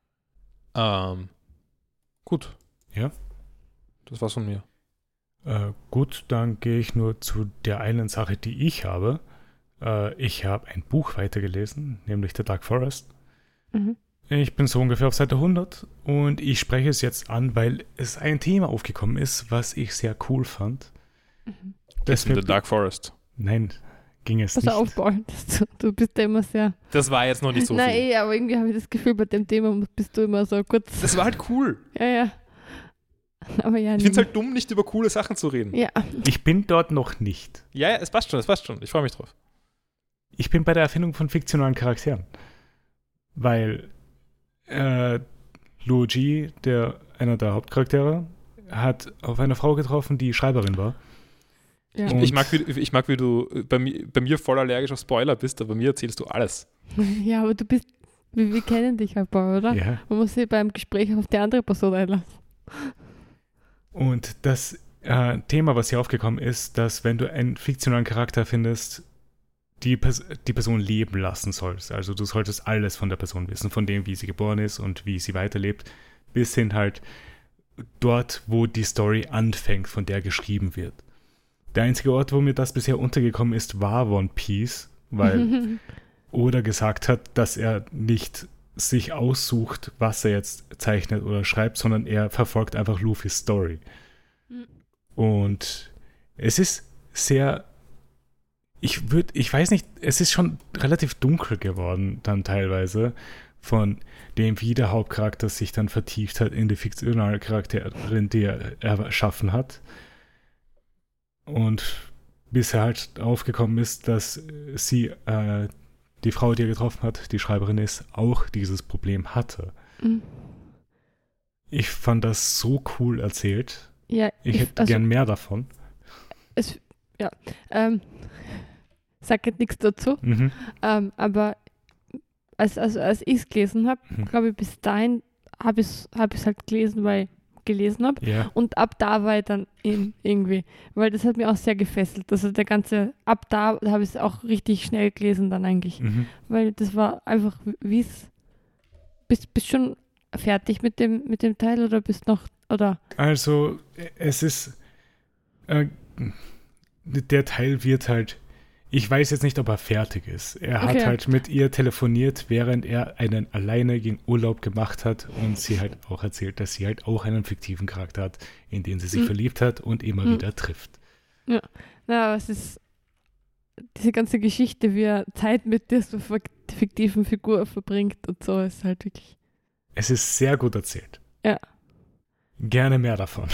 Ähm, gut. Ja. Das war's von mir. Äh, gut, dann gehe ich nur zu der einen Sache, die ich habe. Äh, ich habe ein Buch weitergelesen, nämlich The Dark Forest. Mhm. Ich bin so ungefähr auf Seite hundert und ich spreche es jetzt an, weil es ein Thema aufgekommen ist, was ich sehr cool fand. Mhm. Das in Deswegen, The Dark Forest. nein, ging es Pass nicht. auf, Paul. dass Du, du bist ja immer sehr. Das war jetzt noch nicht so Nein, viel. eh, aber irgendwie habe ich das Gefühl, bei dem Thema bist du immer so kurz. Das war halt cool. Ja, ja. Aber ja, Ich finde es halt dumm, nicht über coole Sachen zu reden. Ja, Ich bin dort noch nicht. Ja, ja, es passt schon, es passt schon. Ich freue mich drauf. Ich bin bei der Erfindung von fiktionalen Charakteren. Weil äh, Luigi, der, einer der Hauptcharaktere, hat auf eine Frau getroffen, die Schreiberin war. ja. Und- Ich mag, wie, ich mag, wie du bei mir, bei mir voll allergisch auf Spoiler bist, aber bei mir erzählst du alles. ja, aber du bist. Wir, wir kennen dich halt, Paul, oder? Ja. Man muss sich beim Gespräch auf die andere Person einlassen. Und das äh, Thema, was hier aufgekommen ist, dass wenn du einen fiktionalen Charakter findest, die, Pers- die Person leben lassen sollst. Also du solltest alles von der Person wissen, von dem, wie sie geboren ist und wie sie weiterlebt, bis hin halt dort, wo die Story anfängt, von der geschrieben wird. Der einzige Ort, wo mir das bisher untergekommen ist, war One Piece, weil Oda gesagt hat, dass er nicht sich aussucht, was er jetzt zeichnet oder schreibt, sondern er verfolgt einfach Luffys Story. Mhm. Und es ist sehr, ich würde, ich weiß nicht, es ist schon relativ dunkel geworden dann teilweise, von dem, wie der Hauptcharakter sich dann vertieft hat in die fiktionale Charakterin, die er erschaffen hat. Und bis er halt aufgekommen ist, dass sie, äh, die Frau, die er getroffen hat, die Schreiberin ist, auch dieses Problem hatte. Mhm. Ich fand das so cool erzählt. Ja, ich, ich hätte also, gern mehr davon. Es, ja, ähm, sag jetzt nichts dazu, mhm. ähm, aber als, also, als ich es gelesen habe, mhm. glaube ich, bis dahin habe ich es hab halt gelesen, weil ich gelesen habe. Ja. Und ab da war ich dann in, irgendwie, weil das hat mich auch sehr gefesselt. Also der ganze, ab da habe ich es auch richtig schnell gelesen dann eigentlich. Mhm. Weil das war einfach, wie es, bist, bist schon fertig mit dem, mit dem Teil oder bist noch, oder? Also es ist, äh, der Teil wird halt, ich weiß jetzt nicht, ob er fertig ist. Er okay. hat halt mit ihr telefoniert, während er einen alleinigen Urlaub gemacht hat und sie halt auch erzählt, dass sie halt auch einen fiktiven Charakter hat, in den sie sich mhm. verliebt hat und immer mhm. wieder trifft. Ja, na, es ist diese ganze Geschichte, wie er Zeit mit dieser fiktiven Figur verbringt und so, ist halt wirklich... Es ist sehr gut erzählt. Ja. Gerne mehr davon.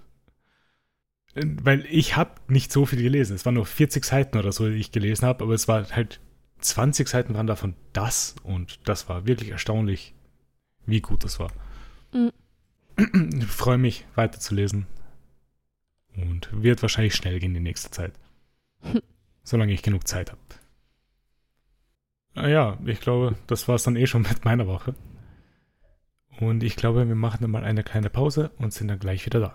Weil ich habe nicht so viel gelesen. Es waren nur vierzig Seiten oder so, die ich gelesen habe, aber es war halt zwanzig Seiten waren davon das und das war wirklich erstaunlich, wie gut das war. Mhm. Ich freue mich, weiterzulesen und wird wahrscheinlich schnell gehen die nächste Zeit. Solange ich genug Zeit habe. Naja, ich glaube, das war es dann eh schon mit meiner Woche. Und ich glaube, wir machen dann mal eine kleine Pause und sind dann gleich wieder da.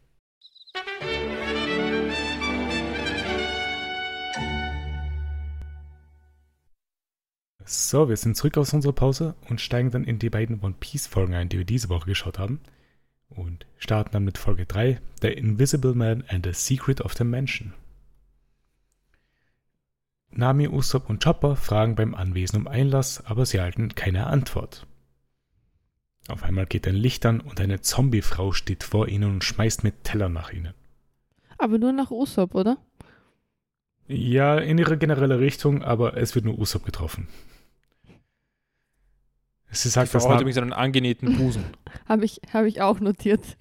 So, wir sind zurück aus unserer Pause und steigen dann in die beiden One Piece Folgen ein, die wir diese Woche geschaut haben. Und starten dann mit Folge drei, The Invisible Man and the Secret of the Mansion. Nami, Usopp und Chopper fragen beim Anwesen um Einlass, aber sie erhalten keine Antwort. Auf einmal geht ein Licht an und eine Zombie-Frau steht vor ihnen und schmeißt mit Tellern nach ihnen. Aber nur nach Usopp, oder? Ja, in ihre generelle Richtung, aber es wird nur Usopp getroffen. Sie sagt, die Frau hat übrigens einen angenähten Busen. Habe ich, hab ich auch notiert.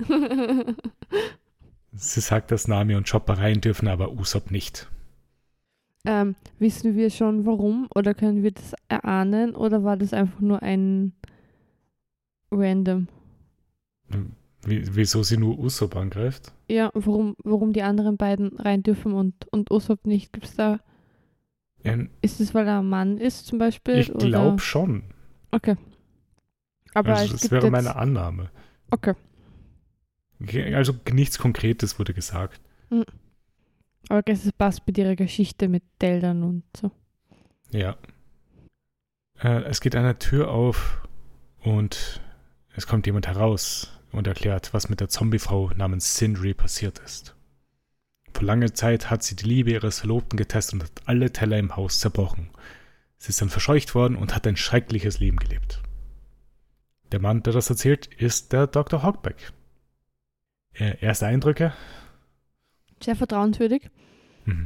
Sie sagt, dass Nami und Chopper rein dürfen, aber Usopp nicht. Ähm, wissen wir schon warum oder können wir das erahnen oder war das einfach nur ein Random? Wie, wieso sie nur Usopp angreift? Ja, warum, warum die anderen beiden rein dürfen und, und Usopp nicht? Gibt's da... Ähm, ist es, weil er ein Mann ist zum Beispiel? Ich glaube schon. Okay. Aber also, es das gibt wäre jetzt... meine Annahme. Okay. okay. Also nichts Konkretes wurde gesagt. Mhm. Aber es passt mit ihrer Geschichte mit Teldern und so. Ja. Äh, es geht eine Tür auf und es kommt jemand heraus und erklärt, was mit der Zombiefrau namens Sindri passiert ist. Vor langer Zeit hat sie die Liebe ihres Verlobten getestet und hat alle Teller im Haus zerbrochen. Sie ist dann verscheucht worden und hat ein schreckliches Leben gelebt. Der Mann, der das erzählt, ist der Doktor Hogback. Äh, erste Eindrücke? Sehr vertrauenswürdig. Mhm.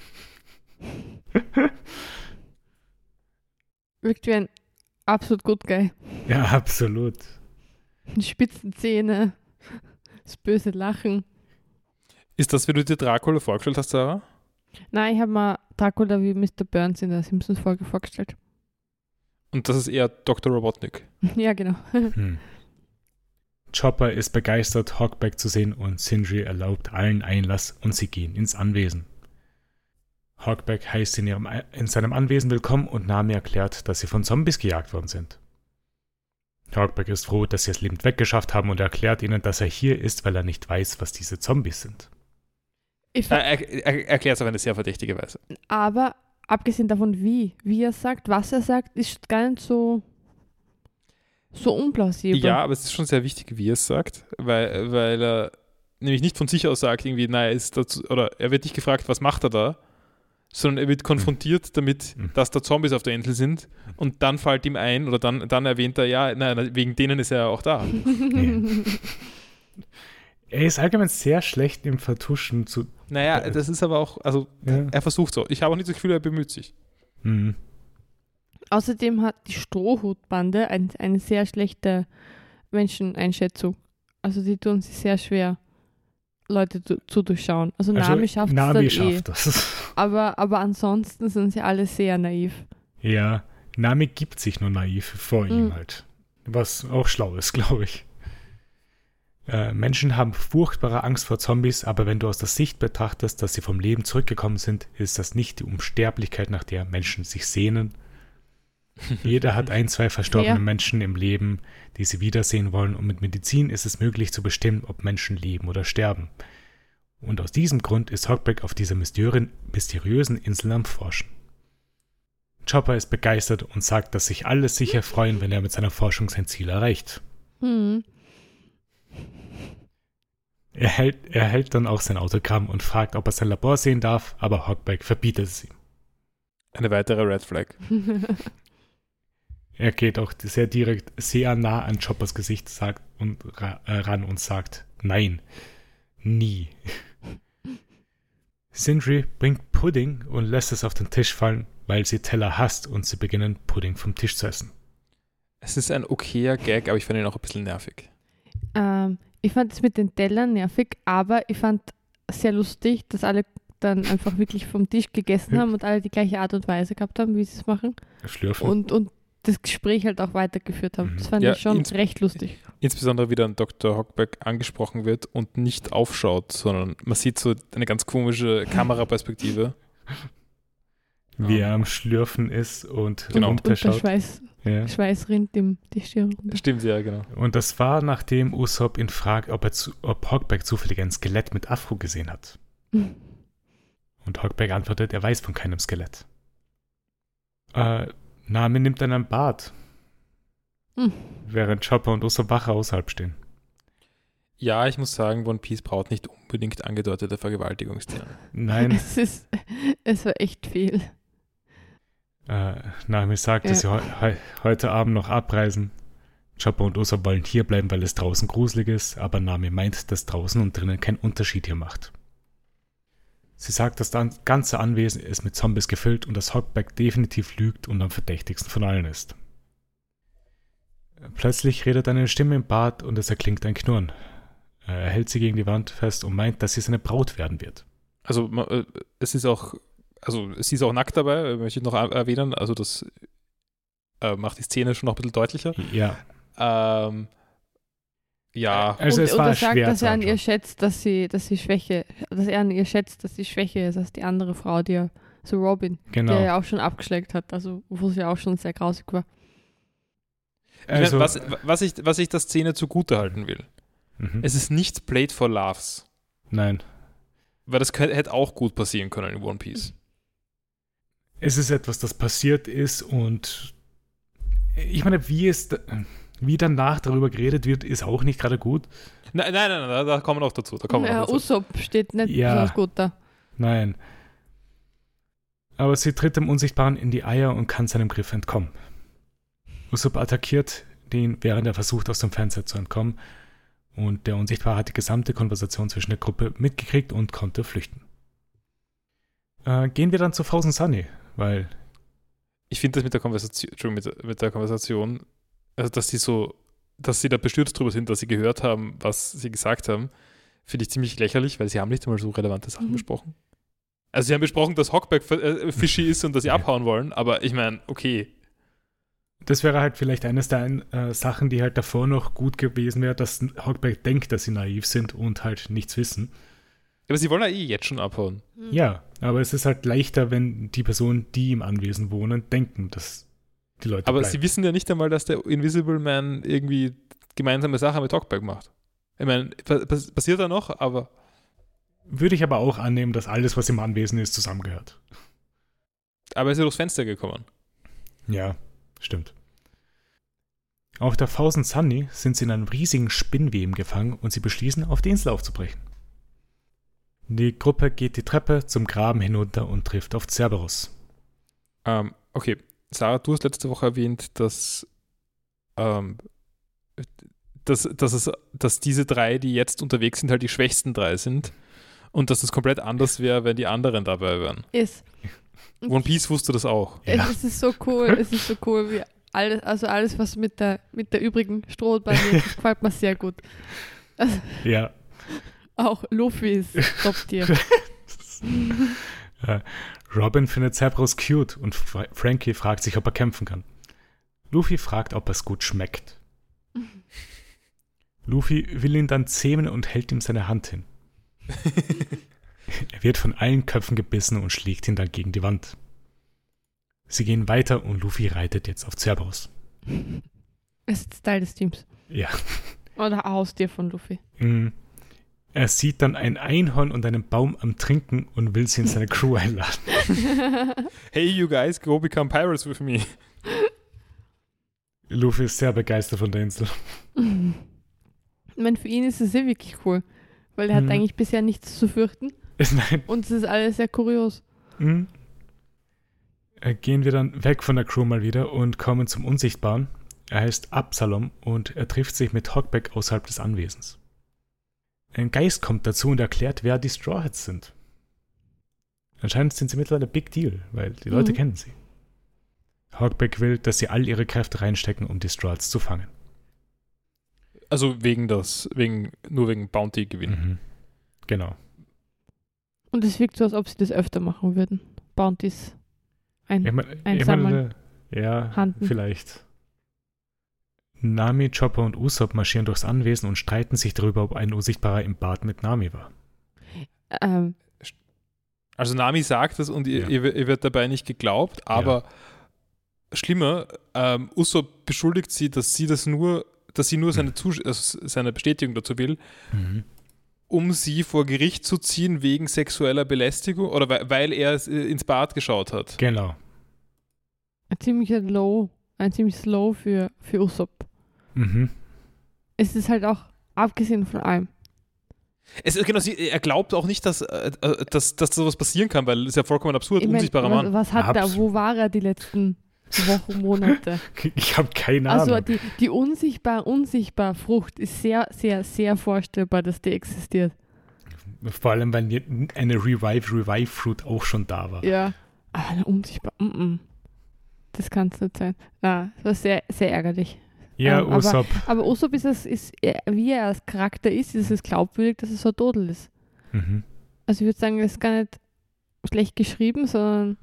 Wirkt wie ein absolut gut Guy. Ja, absolut. Die spitzen Zähne, das böse Lachen. Ist das, wie du dir Dracula vorgestellt hast, Sarah? Nein, ich habe mir Dracula wie Mister Burns in der Simpsons-Folge vorgestellt. Und das ist eher Doktor Robotnik. Ja, genau. Hm. Chopper ist begeistert, Hogback zu sehen und Sindri erlaubt allen Einlass und sie gehen ins Anwesen. Hogback heißt in, ihrem, in seinem Anwesen willkommen und Nami erklärt, dass sie von Zombies gejagt worden sind. Hogback ist froh, dass sie es lebend weggeschafft haben und erklärt ihnen, dass er hier ist, weil er nicht weiß, was diese Zombies sind. Ich Er, fa- er, er erklärt es auf eine sehr verdächtige Weise. aber abgesehen davon, wie, wie er sagt, was er sagt, ist gar nicht so, so unplausibel. Ja, aber es ist schon sehr wichtig, wie er es sagt, weil, weil er nämlich nicht von sich aus sagt, irgendwie, naja, ist dazu, oder er wird nicht gefragt, was macht er da, sondern er wird konfrontiert damit, Mhm. dass da Zombies auf der Insel sind und dann fällt ihm ein oder dann, dann erwähnt er, ja, nein, wegen denen ist er ja auch da. Er ist allgemein sehr schlecht im Vertuschen zu. Naja, das ist aber auch, also Ja. er versucht so. Ich habe auch nicht das Gefühl, er bemüht sich. Mhm. Außerdem hat die Strohhutbande ein, eine sehr schlechte Menscheneinschätzung. Also die tun sich sehr schwer, Leute zu, zu durchschauen. Also, Also, Nami schafft es Nami dann eh. schafft das. Aber, aber ansonsten sind sie alle sehr naiv. Ja, Nami gibt sich nur naiv vor ihm Mhm. halt. Was auch schlau ist, glaube ich. Äh, Menschen haben furchtbare Angst vor Zombies, aber wenn du aus der Sicht betrachtest, dass sie vom Leben zurückgekommen sind, ist das nicht die Unsterblichkeit, nach der Menschen sich sehnen. Jeder hat ein, zwei verstorbene Ja. Menschen im Leben, die sie wiedersehen wollen, und mit Medizin ist es möglich zu bestimmen, ob Menschen leben oder sterben. Und aus diesem Grund ist Hockback auf dieser mysteriösen, mysteriösen Insel am Forschen. Chopper ist begeistert und sagt, dass sich alle sicher freuen, wenn er mit seiner Forschung sein Ziel erreicht. Hm. Er hält, er hält dann auch sein Autogramm und fragt, ob er sein Labor sehen darf, aber Hockback verbietet es ihm. Eine weitere Red Flag. Er geht auch sehr direkt, sehr nah an Choppers Gesicht sagt und, ra, äh, ran und sagt, nein, nie. Sindri bringt Pudding und lässt es auf den Tisch fallen, weil sie Teller hasst, und sie beginnen, Pudding vom Tisch zu essen. Es ist ein okayer Gag, aber ich fand ihn auch ein bisschen nervig. ähm, ich fand es mit den Tellern nervig, aber ich fand sehr lustig, dass alle dann einfach wirklich vom Tisch gegessen Ja. haben und alle die gleiche Art und Weise gehabt haben, wie sie es machen. Schlürfen. Und, und das Gespräch halt auch weitergeführt haben. Mhm. Das fand Ja, ich schon ins- recht lustig. Insbesondere wie dann Doktor Hockback angesprochen wird und nicht aufschaut, sondern man sieht so eine ganz komische Kameraperspektive. Wie er am Schlürfen ist und Genau. Und, und der runterschaut. Schweiß, Ja. Schweiß rinnt ihm die Stirn runter. Stimmt, ja, genau. Und das war, nachdem Usopp ihn fragt, ob, er zu, ob Hockback zufällig ein Skelett mit Afro gesehen hat. Und Hockback antwortet, er weiß von keinem Skelett. Äh, Nami nimmt dann ein Bad, Hm. während Chopper und Usopp wach außerhalb stehen. Ja, ich muss sagen, One Piece braucht nicht unbedingt angedeutete Vergewaltigungsszenen. Nein, Es, ist, es war echt viel. äh, Nami sagt, Ja. dass sie heu heu heute Abend noch abreisen. Chopper und Usopp wollen hier bleiben, weil es draußen gruselig ist, aber Nami meint, dass draußen und drinnen keinen Unterschied hier macht. Sie sagt, dass das ganze Anwesen ist mit Zombies gefüllt und dass Hockback definitiv lügt und am verdächtigsten von allen ist. Plötzlich redet eine Stimme im Bad und es erklingt ein Knurren. Er hält sie gegen die Wand fest und meint, dass sie seine Braut werden wird. Also ma- äh, es ist auch, also sie ist auch nackt dabei, äh, möchte ich noch er- erwähnen. Also das äh, macht die Szene schon noch ein bisschen deutlicher. Ja, Ähm, ja, also und, es und war er sagt, schwer dass zu er an ihr anschauen. schätzt, dass sie, dass sie Schwäche, dass er an ihr schätzt, dass sie schwächer ist als die andere Frau, die er, so Robin, Genau. der ja auch schon abgeschleckt hat, also wo sie auch schon sehr grausig war. ich mein, Also, was, was, ich, was ich der Szene zugutehalten will, mhm. es ist nicht Played for Laughs, Nein. weil das könnt, hätte auch gut passieren können in One Piece. Es ist etwas, das passiert ist, und ich meine, wie es da- wie danach darüber geredet wird, ist auch nicht gerade gut. Nein, nein, nein, nein, da kommen wir noch dazu. Da kommen wir Ja, noch dazu. Usopp steht nicht Ja. besonders gut da. Nein. Aber sie tritt dem Unsichtbaren in die Eier und kann seinem Griff entkommen. Usopp attackiert den, während er versucht, aus dem Fenster zu entkommen. Und der Unsichtbare hat die gesamte Konversation zwischen der Gruppe mitgekriegt und konnte flüchten. Äh, gehen wir dann zu Frozen Sunny, weil Ich finde das mit der Konversation, Entschuldigung, mit, der- mit der Konversation, also dass sie so, dass sie da bestürzt drüber sind, dass sie gehört haben, was sie gesagt haben, finde ich ziemlich lächerlich, weil sie haben nicht einmal so relevante Sachen Mhm. besprochen. Also sie haben besprochen, dass Hockback äh, fishy ist und dass sie abhauen wollen, aber ich meine, okay. das wäre halt vielleicht eines der äh, Sachen, die halt davor noch gut gewesen wäre, dass Hockback denkt, dass sie naiv sind und halt nichts wissen. Aber sie wollen ja eh jetzt schon abhauen. Ja, aber es ist halt leichter, wenn die Personen, die im Anwesen wohnen, denken, dass die Leute Aber bleiben. sie wissen ja nicht einmal, dass der Invisible Man irgendwie gemeinsame Sachen mit Hockback macht. Ich meine, pa- passiert da noch, aber Würde ich aber auch annehmen, dass alles, was im Anwesen ist, zusammengehört. Aber er ist ja durchs Fenster gekommen. Ja, stimmt. Auf der Thousand Sunny sind sie in einem riesigen Spinnweben gefangen und sie beschließen, auf die Insel aufzubrechen. Die Gruppe geht die Treppe zum Graben hinunter und trifft auf Cerberus. Ähm, okay, Sarah, du hast letzte Woche erwähnt, dass, ähm, dass, dass, es, dass diese drei, die jetzt unterwegs sind, halt die schwächsten drei sind und dass es komplett anders wäre, wenn die anderen dabei wären. Ist. One Piece wusste das auch. Ja. Es ist so cool, es ist so cool, wie alles, also alles, was mit der, mit der übrigen Strohbahn ist, das gefällt mir sehr gut. Also, Ja. auch Luffy ist Top-Tier. Ja. Robin findet Cerberus cute und Fra- Frankie fragt sich, ob er kämpfen kann. Luffy fragt, ob es gut schmeckt. Luffy will ihn dann zähmen und hält ihm seine Hand hin. Er wird von allen Köpfen gebissen und schlägt ihn dann gegen die Wand. Sie gehen weiter und Luffy reitet jetzt auf Cerberus. Es ist Teil des Teams. Ja. Oder Haustier von Luffy. Mm. Er sieht dann ein Einhorn und einen Baum am Trinken und will sie in seine Crew einladen. Hey, you guys, go become pirates with me. Luffy ist sehr begeistert von der Insel. Ich meine, für ihn ist es ja wirklich cool, weil er Mhm. hat eigentlich bisher nichts zu fürchten Nein. und es ist alles sehr kurios. Mhm. Äh, Gehen wir dann weg von der Crew mal wieder und kommen zum Unsichtbaren. Er heißt Absalom und er trifft sich mit Hogback außerhalb des Anwesens. Ein Geist kommt dazu und erklärt, wer die Straw Hats sind. Anscheinend sind sie mittlerweile Big Deal, weil die Leute Mhm. kennen sie. Hogback will, dass sie all ihre Kräfte reinstecken, um die Straw Hats zu fangen. Also wegen das, wegen, nur wegen Bounty-Gewinn. Mhm. Genau. Und es wirkt so, als ob sie das öfter machen würden. Bounties ein. Ich mein, ich Einsammeln. meine, ja, Handen. vielleicht. Nami, Chopper und Usopp marschieren durchs Anwesen und streiten sich darüber, ob ein Unsichtbarer im Bad mit Nami war. Ähm, Also Nami sagt es und ihr, Ja. ihr, ihr wird dabei nicht geglaubt, aber schlimmer, ähm, Usopp beschuldigt sie, dass sie das nur, dass sie nur seine, Zus- also seine Bestätigung dazu will, Mhm. um sie vor Gericht zu ziehen wegen sexueller Belästigung oder weil, weil er es, äh, ins Bad geschaut hat. Genau. ein ziemlicher Low, ein ziemliches Low für, für Usopp. Mhm. Es ist halt auch, abgesehen von allem, Es, genau, sie, er glaubt auch nicht, dass, äh, äh, dass, dass sowas passieren kann, weil es ist ja vollkommen absurd, ich mein, unsichtbarer was, Mann. was hat er, Absolut. wo war er die letzten Wochen, Monate? Ich habe keine Also Ahnung. die, die unsichtbar, unsichtbar Frucht ist sehr, sehr, sehr vorstellbar, dass die existiert. Vor allem, weil je- eine Revive-Revive-Fruit auch schon da war. Ja. Aber eine unsichtbar, mm -mm. Das kann es nicht sein. Na, das war sehr, sehr ärgerlich. Ja, Ähm, aber- Usopp. Aber Usopp ist, es, ist er, wie er als Charakter ist, ist es glaubwürdig, dass er so ein Dodel ist. Mhm. Also ich würde sagen, er ist gar nicht schlecht geschrieben, sondern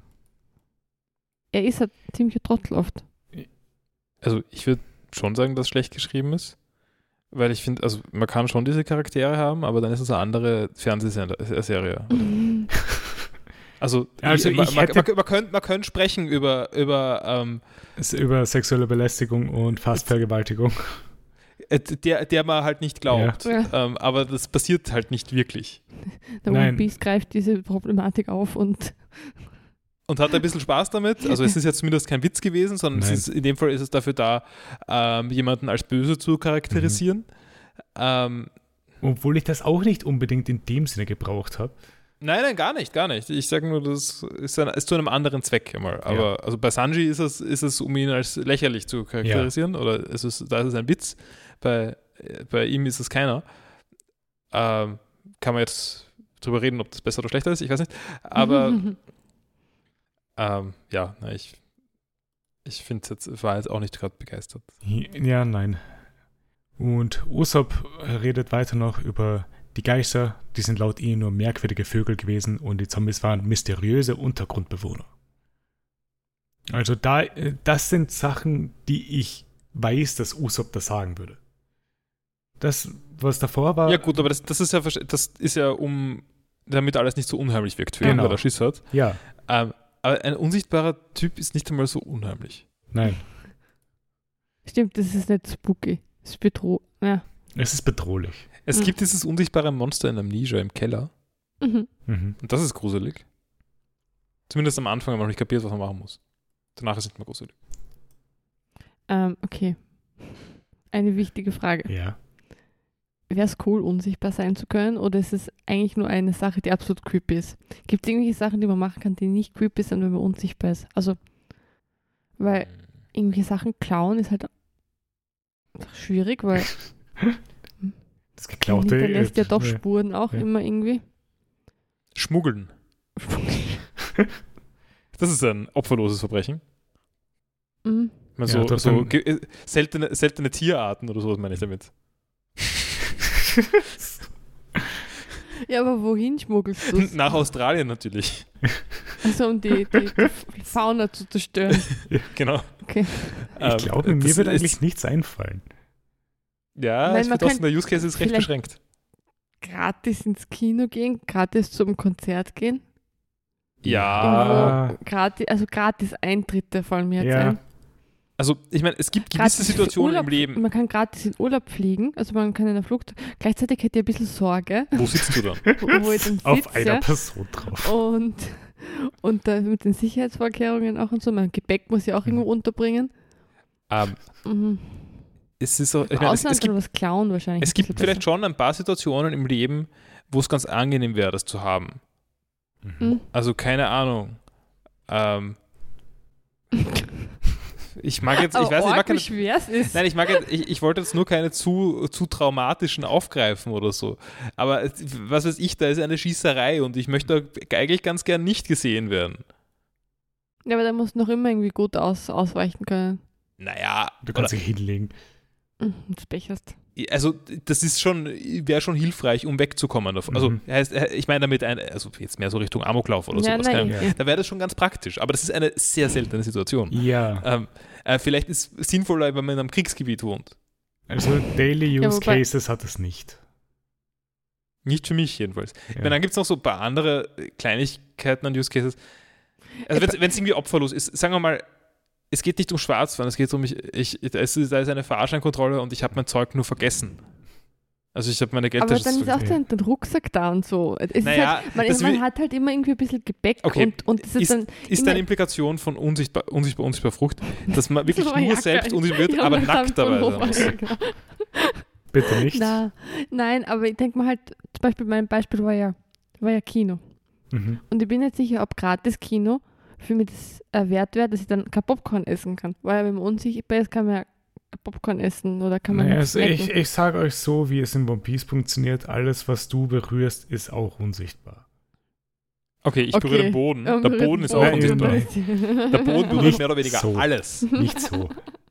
er ist ein ziemlicher Trottel oft. Also ich würde schon sagen, dass schlecht geschrieben ist, weil ich finde, also man kann schon diese Charaktere haben, aber dann ist es eine andere Fernsehserie. Also, Also ich, man, ich man, hätte- man, man, könnte, man könnte sprechen über, über ähm, Es ist über sexuelle Belästigung und fast Vergewaltigung. äh, der, der man halt nicht glaubt. Ja. Ähm, aber das passiert halt nicht wirklich. Der Nein. One Piece greift diese Problematik auf und Und hat ein bisschen Spaß damit. Also es ist jetzt zumindest kein Witz gewesen, sondern es Nein. ist, in dem Fall ist es dafür da, ähm, jemanden als böse zu charakterisieren. Ähm, Obwohl ich das auch nicht unbedingt in dem Sinne gebraucht habe. Nein, nein, gar nicht, gar nicht. Ich sage nur, das ist, ein, ist zu einem anderen Zweck immer. Aber also bei Sanji ist es, ist es, um ihn als lächerlich zu charakterisieren, oder es ist, da ist es ein Witz. Bei, bei ihm ist es keiner. Ähm, kann man jetzt drüber reden, ob das besser oder schlechter ist, ich weiß nicht. Aber ähm, ja, na, ich, ich finde jetzt, war jetzt auch nicht gerade begeistert. Ja, nein. Und Usopp redet weiter noch über die Geister, die sind laut ihnen nur merkwürdige Vögel gewesen und die Zombies waren mysteriöse Untergrundbewohner. Also da, äh, das sind Sachen, die ich weiß, dass Usopp das sagen würde. Das, was davor war... Ja gut, aber das, das ist ja, versch- das ist ja um, damit alles nicht so unheimlich wirkt für ihn, Genau. weil er Schiss hat. Ja, Ähm, aber ein unsichtbarer Typ ist nicht einmal so unheimlich. nein. stimmt, das ist nicht spooky. Das ist bedrohlich. Ja. Es ist bedrohlich. Es Mhm. gibt dieses unsichtbare Monster in Amnesia im Keller. Mhm. Mhm. Und das ist gruselig. Zumindest am Anfang haben wir noch nicht kapiert, was man machen muss. Danach ist es nicht mehr gruselig. Ähm, okay. Eine wichtige Frage. Ja. Wäre es cool, unsichtbar sein zu können, oder ist es eigentlich nur eine Sache, die absolut creepy ist? Gibt es irgendwelche Sachen, die man machen kann, die nicht creepy sind, wenn man unsichtbar ist? Also, weil irgendwelche Sachen klauen ist halt schwierig, weil Das man geklaute. hinterlässt ja doch ja. Spuren auch Ja. immer irgendwie. Schmuggeln. Das ist ein opferloses Verbrechen. Mhm. Ich meine, Ja, so, das so dann- ge- äh, seltene, seltene Tierarten oder sowas meine ich damit. Ja, aber wohin schmuggelst du es? Nach Australien natürlich. Also um die, die, die Fauna zu zerstören. Genau. Okay. Ähm, Ich glaube, mir das wird ist- eigentlich nichts einfallen. Ja, Nein, ich man finde trotzdem, kann der Use Case ist recht vielleicht- beschränkt. Gratis ins Kino gehen, gratis zum Konzert gehen. Ja. Irgendwo gratis, also gratis Eintritte fallen mir jetzt Ja. ein. Also, ich meine, es gibt gewisse Gratis Situationen Urlaub, im Leben. Man kann gratis in Urlaub fliegen, also man kann in der Flucht. Gleichzeitig hätte ich ein bisschen Sorge, Wo sitzt du dann? wo, wo ich dann Auf sitze. einer Person drauf. Und, und da mit den Sicherheitsvorkehrungen auch und so. Mein Gepäck muss ich auch irgendwo unterbringen. ähm, Mhm. es ist so, ich Im meine, es, Ausland es gibt, oder was klauen wahrscheinlich. es ein gibt bisschen vielleicht schon ein paar Situationen im Leben, wo es ganz angenehm wäre, das zu haben. besser. Mhm. Also, keine Ahnung. Ähm, ich mag jetzt, ich Aber weiß nicht, ich mag arg, keine, wie schwer es ist. nein, ich mag jetzt, ich, ich wollte jetzt nur keine zu, zu traumatischen aufgreifen oder so. Aber es- was weiß ich, da ist eine Schießerei und ich möchte eigentlich ganz gern nicht gesehen werden. Ja, aber da musst du noch immer irgendwie gut aus, ausweichen können. Naja, Du oder, kannst dich hinlegen. Mhm, das Pech hast. also das ist schon, wäre schon hilfreich, um wegzukommen davon. Also Mhm. heißt, ich meine damit, ein, also jetzt mehr so Richtung Amoklauf oder Ja, sowas. nein, keine- ja. Da wäre das schon ganz praktisch. Aber das ist eine sehr seltene Situation. Ja. Ähm, äh, vielleicht ist es sinnvoller, wenn man in einem Kriegsgebiet wohnt. Also Daily Ja, Use wobei- Cases hat es nicht. Nicht für mich jedenfalls. Ich Ja. meine, dann gibt es noch so ein paar andere Kleinigkeiten an Use Cases. Also wenn es irgendwie opferlos ist, sagen wir mal, es geht nicht um Schwarzfahren, es geht um, ich, ich, da, ist, da ist eine Fahrscheinkontrolle und ich habe mein Zeug nur vergessen. Also ich habe meine Aber Geldtasche dann ist auch vergessen. dein, dein Rucksack da und so. Es ist Naja, halt, man, das man will- hat halt immer irgendwie ein bisschen Gepäck Okay, und, und das ist, ist- dann ist immer, eine Implikation von unsichtbar, unsichtbar, unsichtbar, unsichtbar Frucht, dass man wirklich So, nur ja, selbst geil. unsichtbar wird, Ja, aber und dann nackt dabei von sein muss. oben, genau. Bitte nicht. Na, nein, aber ich denke mal halt, zum Beispiel mein Beispiel war ja, war ja Kino. Mhm. Und ich bin nicht sicher, ob gratis Kino für mich das äh, wert wäre, dass ich dann kein Popcorn essen kann. Weil wenn man unsichtbar ist, kann man ja kein Popcorn essen oder kann man Naja, nichts also ich, snacken. ich sage euch so, wie es in One Piece funktioniert, alles, was du berührst, ist auch unsichtbar. Okay, ich Okay. berühre den Boden. Ähm, Der Boden ist auch Nein, unsichtbar. nein. Der Boden berührt Nicht mehr oder weniger so. alles. Nicht so.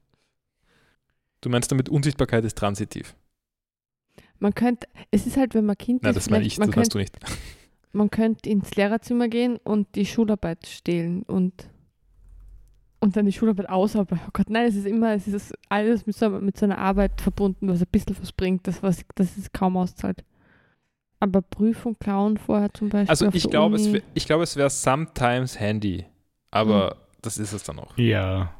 Du meinst damit, Unsichtbarkeit ist transitiv? Man könnte, es ist halt, wenn man Kind Nein, ist, das meine ich, vielleicht- man das meinst könnte du nicht. man könnte ins Lehrerzimmer gehen und die Schularbeit stehlen und, und dann die Schularbeit ausarbeiten. Oh Gott, nein, es ist immer, es ist alles mit so, mit so einer Arbeit verbunden, was ein bisschen was bringt, das, was, das ist kaum auszahlt. Aber Prüfung klauen vorher zum Beispiel. Also auf ich der glaube, es, Uni. wär- ich glaube, es wäre sometimes handy, aber Hm. das ist es dann auch. Ja.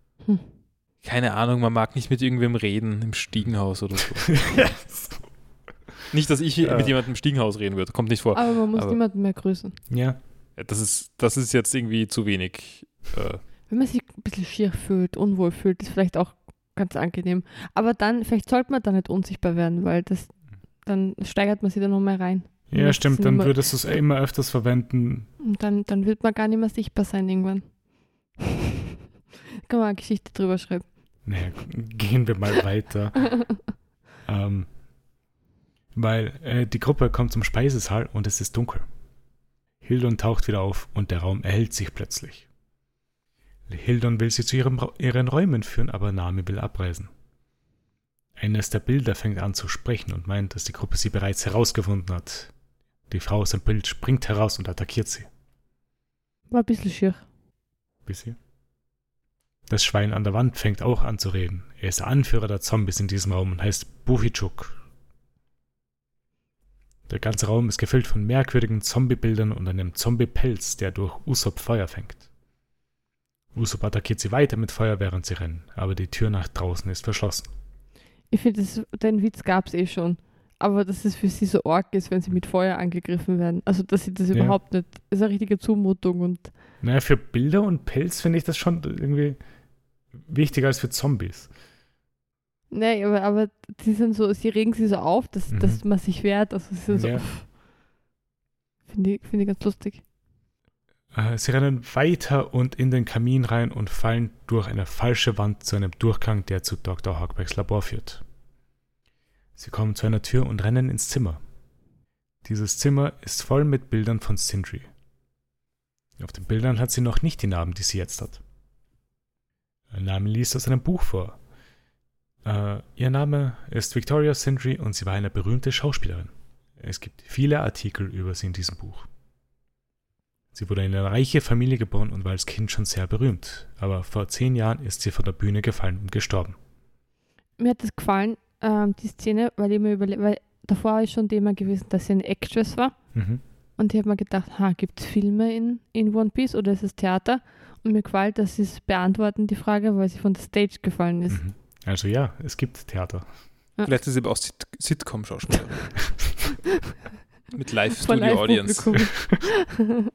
Keine Ahnung, man mag nicht mit irgendwem reden im Stiegenhaus oder so. Nicht, dass ich Ja. mit jemandem im Stiegenhaus reden würde, kommt nicht vor. Aber man muss aber- niemanden mehr grüßen. Ja. Das ist, das ist jetzt irgendwie zu wenig. Äh, Wenn man sich ein bisschen schier fühlt, unwohl fühlt, ist vielleicht auch ganz angenehm. Aber dann, vielleicht sollte man da nicht unsichtbar werden, weil das, dann steigert man sich da noch mehr rein. Ja, Das stimmt, sind dann immer- würdest du es immer öfters verwenden. Und dann, dann wird man gar nicht mehr sichtbar sein irgendwann. Kann man eine Geschichte drüber schreiben. Naja, gehen wir mal weiter. ähm, weil äh, die Gruppe kommt zum Speisesaal und es ist dunkel. Hildon taucht wieder auf und der Raum erhellt sich plötzlich. Hildon will sie zu ihrem, Ra- ihren Räumen führen, aber Nami will abreisen. Eines der Bilder fängt an zu sprechen und meint, dass die Gruppe sie bereits herausgefunden hat. Die Frau aus dem Bild springt heraus und attackiert sie. War ein bisschen schier. Bis hier. Das Schwein an der Wand fängt auch an zu reden. Er ist der Anführer der Zombies in diesem Raum und heißt Buhichuk. Der ganze Raum ist gefüllt von merkwürdigen Zombie-Bildern und einem Zombie-Pelz, der durch Usopp Feuer fängt. Usopp attackiert sie weiter mit Feuer, während sie rennen, aber die Tür nach draußen ist verschlossen. Ich finde, den Witz gab es eh schon. aber dass es für sie so arg ist, wenn sie mit Feuer angegriffen werden. Also, dass sie das Ja. überhaupt nicht, ist eine richtige Zumutung und Naja, für Bilder und Pelz finde ich das schon irgendwie wichtiger als für Zombies. nee, aber, aber die sind so, sie regen sie so auf, dass, Mhm. dass man sich wehrt. Also, sie sind so, Ja. finde ich, find ich ganz lustig. Äh, Sie rennen weiter und in den Kamin rein und fallen durch eine falsche Wand zu einem Durchgang, der zu Doktor Hogbergs Labor führt. Sie kommen zu einer Tür und rennen ins Zimmer. Dieses Zimmer ist voll mit Bildern von Sindri. Auf den Bildern hat sie noch nicht die Narben, die sie jetzt hat. Ein Name liest aus einem Buch vor. Äh, ihr Name ist Victoria Sindri und sie war eine berühmte Schauspielerin. Es gibt viele Artikel über sie in diesem Buch. Sie wurde in eine reiche Familie geboren und war als Kind schon sehr berühmt. Aber vor zehn Jahren ist sie von der Bühne gefallen und gestorben. Mir hat das gefallen, ähm, die Szene, weil ich mir überle weil davor ist schon Thema gewesen, dass sie eine Actress war. Mhm. Und ich habe mir gedacht, ha, gibt es Filme in, in One Piece oder ist es Theater? Und mir gefällt, dass sie es beantworten, die Frage, weil sie von der Stage gefallen ist. Mhm. Also ja, es gibt Theater. Vielleicht ist sie aber auch Sit Sitcom-Schauspielerin. Mit Vor Live-Studio-Audience. Live-Publikum.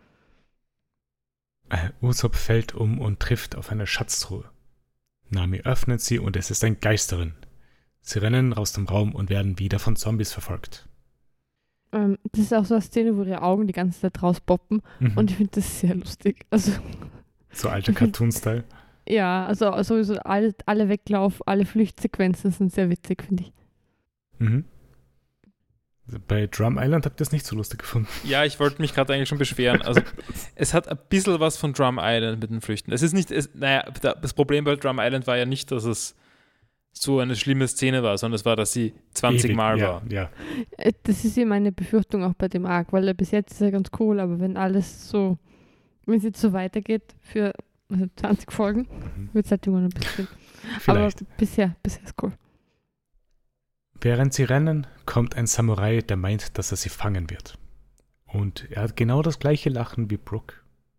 Äh, Usopp fällt um und trifft auf eine Schatztruhe. Nami öffnet sie und es ist ein Geisterin. Sie rennen aus dem Raum und werden wieder von Zombies verfolgt. ähm, das ist auch so eine Szene, wo ihre Augen die ganze Zeit rauspoppen. Mhm. Und ich finde das sehr lustig. Also, So alter Cartoon-Style. ja, also sowieso alle, alle Weglauf, alle Flüchtsequenzen sind sehr witzig, finde ich. Mhm. Bei Drum Island habt ihr das nicht so lustig gefunden. Ja, ich wollte mich gerade eigentlich schon beschweren. Also, es hat ein bisschen was von Drum Island mit den Flüchten. Es ist nicht, es, naja, das Problem bei Drum Island war ja nicht, dass es so eine schlimme Szene war, sondern es war, dass sie zwanzig Ewig, Mal ja, war. Ja. Äh, Das ist ja meine Befürchtung auch bei dem Arc, weil er bis jetzt ist er ganz cool, aber wenn alles so, wenn es jetzt so weitergeht für also zwanzig Folgen, Mhm. wird es halt immer noch ein bisschen. Vielleicht. Aber bisher, bisher ist cool. Während sie rennen, kommt ein Samurai, der meint, dass er sie fangen wird. Und er hat genau das gleiche Lachen wie Brooke.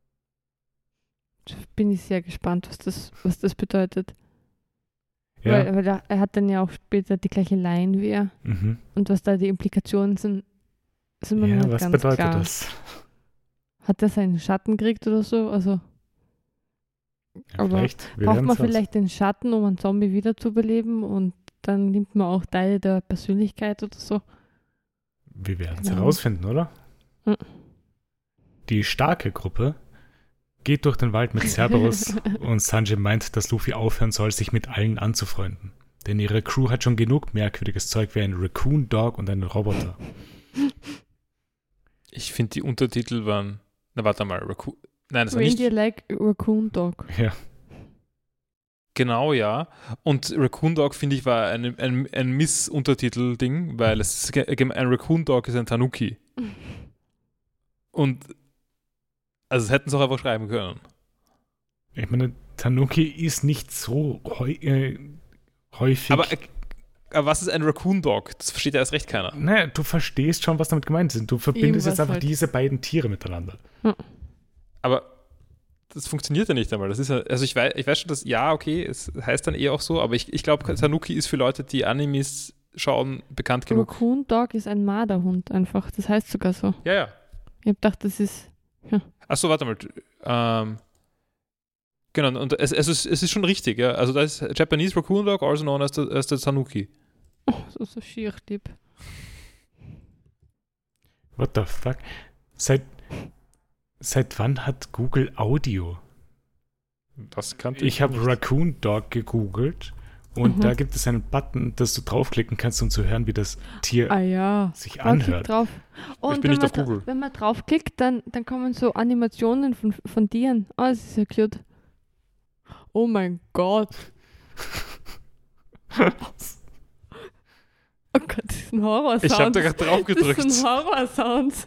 Bin ich sehr gespannt, was das, was das bedeutet. Ja. Weil, weil er, er hat dann ja auch später die gleiche Line wie er. Mhm. Und was da die Implikationen sind, sind mir noch Ja, nicht was ganz bedeutet klar. das? Hat er seinen Schatten gekriegt oder so? Also Ja, Aber vielleicht. Wir braucht werden's man raus. vielleicht den Schatten, um einen Zombie wiederzubeleben und dann nimmt man auch Teile der Persönlichkeit oder so. Wir werden es Genau. herausfinden, oder? Hm. Die starke Gruppe geht durch den Wald mit Cerberus und Sanji meint, dass Luffy aufhören soll, sich mit allen anzufreunden. Denn ihre Crew hat schon genug merkwürdiges Zeug wie ein Raccoon Dog und einen Roboter. Ich finde, die Untertitel waren. Na, warte mal. Raccoon, nein, das war nicht. Reindeer like Raccoon Dog. Ja, Genau, ja. Und Raccoon Dog, finde ich, war ein, ein, ein Miss-Untertitel-Ding, weil es ist, ein Raccoon Dog ist ein Tanuki. Und also, das hätten sie auch einfach schreiben können. ich meine, Tanuki ist nicht so häu äh, häufig. Aber, äh, aber was ist ein Raccoon Dog? Das versteht ja erst recht keiner. naja, du verstehst schon, was damit gemeint ist. Du verbindest Irgendwas jetzt einfach halt. diese beiden Tiere miteinander. Aber das funktioniert ja nicht einmal. Das ist ja, also ich weiß, ich weiß schon, dass, ja, okay, es heißt dann eh auch so, aber ich, ich glaube, Tanuki ist für Leute, die Animes schauen, bekannt genug. Raccoon Dog ist ein Marderhund einfach. Das heißt sogar so. Ja, ja. Ich habe gedacht, das ist. Achso, warte mal. Ähm, genau, und es, es, ist, es ist schon richtig, ja. Also da ist Japanese Raccoon Dog, also known as the, as the Tanuki. Oh, so, so schier lieb. What the fuck? Seit, seit wann hat Google Audio? Das kannte Ich habe Raccoon Dog gegoogelt und Mhm. da gibt es einen Button, dass du draufklicken kannst, um zu hören, wie das Tier Ah ja. sich Man klickt anhört. drauf. Und bin wenn nicht man, auf Google. dra- wenn man draufklickt, dann, dann kommen so Animationen von, von Tieren. Oh, das ist ja cute. Oh mein Gott. Oh Gott, das ist ein Horror-Sound. Ich habe da gerade drauf gedrückt. Das sind Horror-Sounds.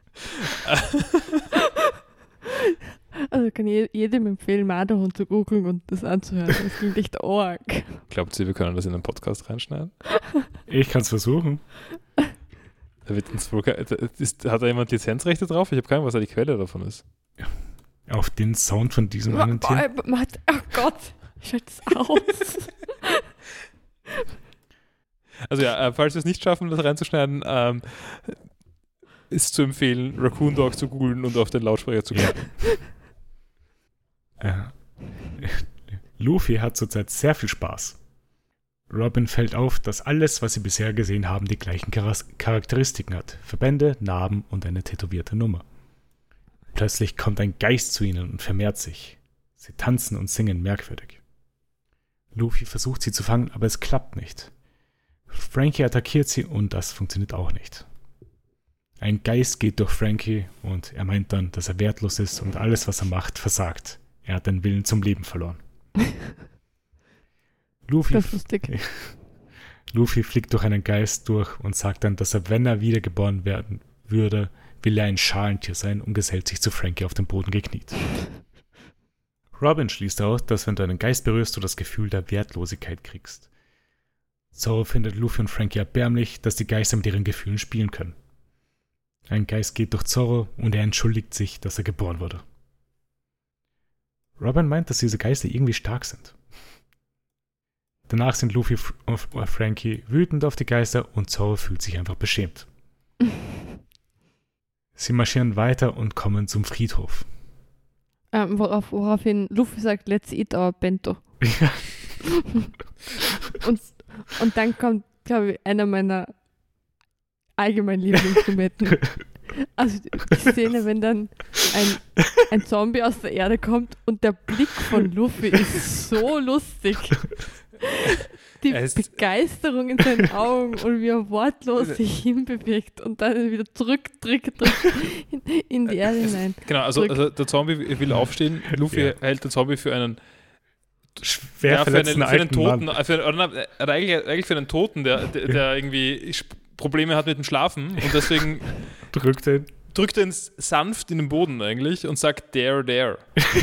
Also kann je, jedem empfehlen, Marderhund zu googeln und das anzuhören. Das klingt echt arg. Glaubt ihr, wir können das in den Podcast reinschneiden? Ich kann es versuchen. Da wird uns wohl, ke- ist, hat da jemand Lizenzrechte drauf? Ich habe keine Ahnung, was da die Quelle davon ist. Auf den Sound von diesem Oh, einen Tier. oh, macht- oh Gott, schaut das aus. Also ja, äh, falls wir es nicht schaffen, das reinzuschneiden, ähm, ist zu empfehlen, Raccoon Dog zu googeln und auf den Lautsprecher zu gehen. Ja. Äh, Luffy hat zurzeit sehr viel Spaß. Robin fällt auf, dass alles, was sie bisher gesehen haben, die gleichen Char- Charakteristiken hat. Verbände, Narben und eine tätowierte Nummer. Plötzlich kommt ein Geist zu ihnen und vermehrt sich. Sie tanzen und singen merkwürdig. Luffy versucht sie zu fangen, aber es klappt nicht. Frankie attackiert sie und das funktioniert auch nicht. Ein Geist geht durch Frankie und er meint dann, dass er wertlos ist und alles, was er macht, versagt. Er hat den Willen zum Leben verloren. Luffy, Das ist lustig. Luffy fliegt durch einen Geist durch und sagt dann, dass er, wenn er wiedergeboren werden würde, will er ein Schalentier sein und gesellt sich zu Frankie auf dem Boden gekniet. Robin schließt daraus, dass wenn du einen Geist berührst, du das Gefühl der Wertlosigkeit kriegst. Zoro findet Luffy und Frankie erbärmlich, dass die Geister mit ihren Gefühlen spielen können. Ein Geist geht durch Zoro und er entschuldigt sich, dass er geboren wurde. Robin meint, dass diese Geister irgendwie stark sind. Danach sind Luffy und Frankie wütend auf die Geister und Zoro fühlt sich einfach beschämt. Sie marschieren weiter und kommen zum Friedhof. Ähm, worauf, woraufhin Luffy sagt, let's eat our bento. Ja. und, und dann kommt, glaube ich, einer meiner allgemein Lieblingsmomenten. Also die Szene, wenn dann ein, ein Zombie aus der Erde kommt und der Blick von Luffy ist so lustig. Die Begeisterung in seinen Augen und wie er wortlos sich hinbewegt und dann wieder zurück, drück, drück in, in die Erde hinein. Genau, also, also der Zombie will aufstehen, Luffy ja. hält den Zombie für einen schwer ja, für, einen, für einen Toten, Mann. Für, oder, eigentlich, eigentlich für einen Toten, der, der, der irgendwie Probleme hat mit dem Schlafen und deswegen drückt er drückt er ihn sanft in den Boden eigentlich und sagt, there, there.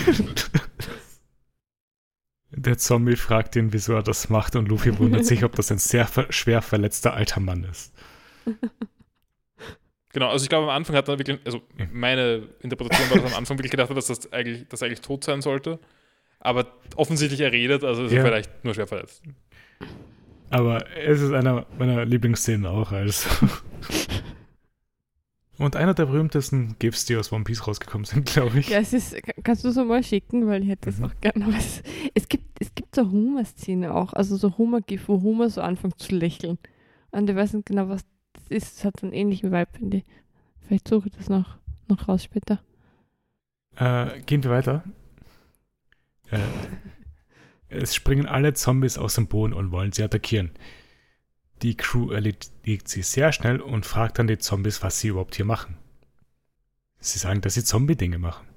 Der Zombie fragt ihn, wieso er das macht und Luffy wundert sich, ob das ein sehr ver- schwer verletzter alter Mann ist. Genau, also ich glaube am Anfang hat er wirklich, also meine Interpretation war, dass er am Anfang wirklich gedacht hat, dass das eigentlich, das eigentlich tot sein sollte, aber offensichtlich er redet, also ist er ja. vielleicht nur schwer verletzt. Aber es ist einer meiner Lieblingsszenen auch, also. Und einer der berühmtesten GIFs, die aus One Piece rausgekommen sind, glaube ich. Ja, es ist, kannst du so mal schicken, weil ich hätte es Mhm. auch gerne. Aber es, es, gibt, es gibt so Humor-Szene auch, also so Humor-GIF, wo Humor so anfängt zu lächeln. Und ich weiß nicht genau, was das ist. Es hat so einen ähnlichen Vibe, finde ich. Vielleicht suche ich das noch, noch raus später. Äh, gehen wir weiter. Äh, es springen alle Zombies aus dem Boden und wollen sie attackieren. Die Crew erledigt sie sehr schnell und fragt dann die Zombies, was sie überhaupt hier machen. Sie sagen, dass sie Zombie-Dinge machen.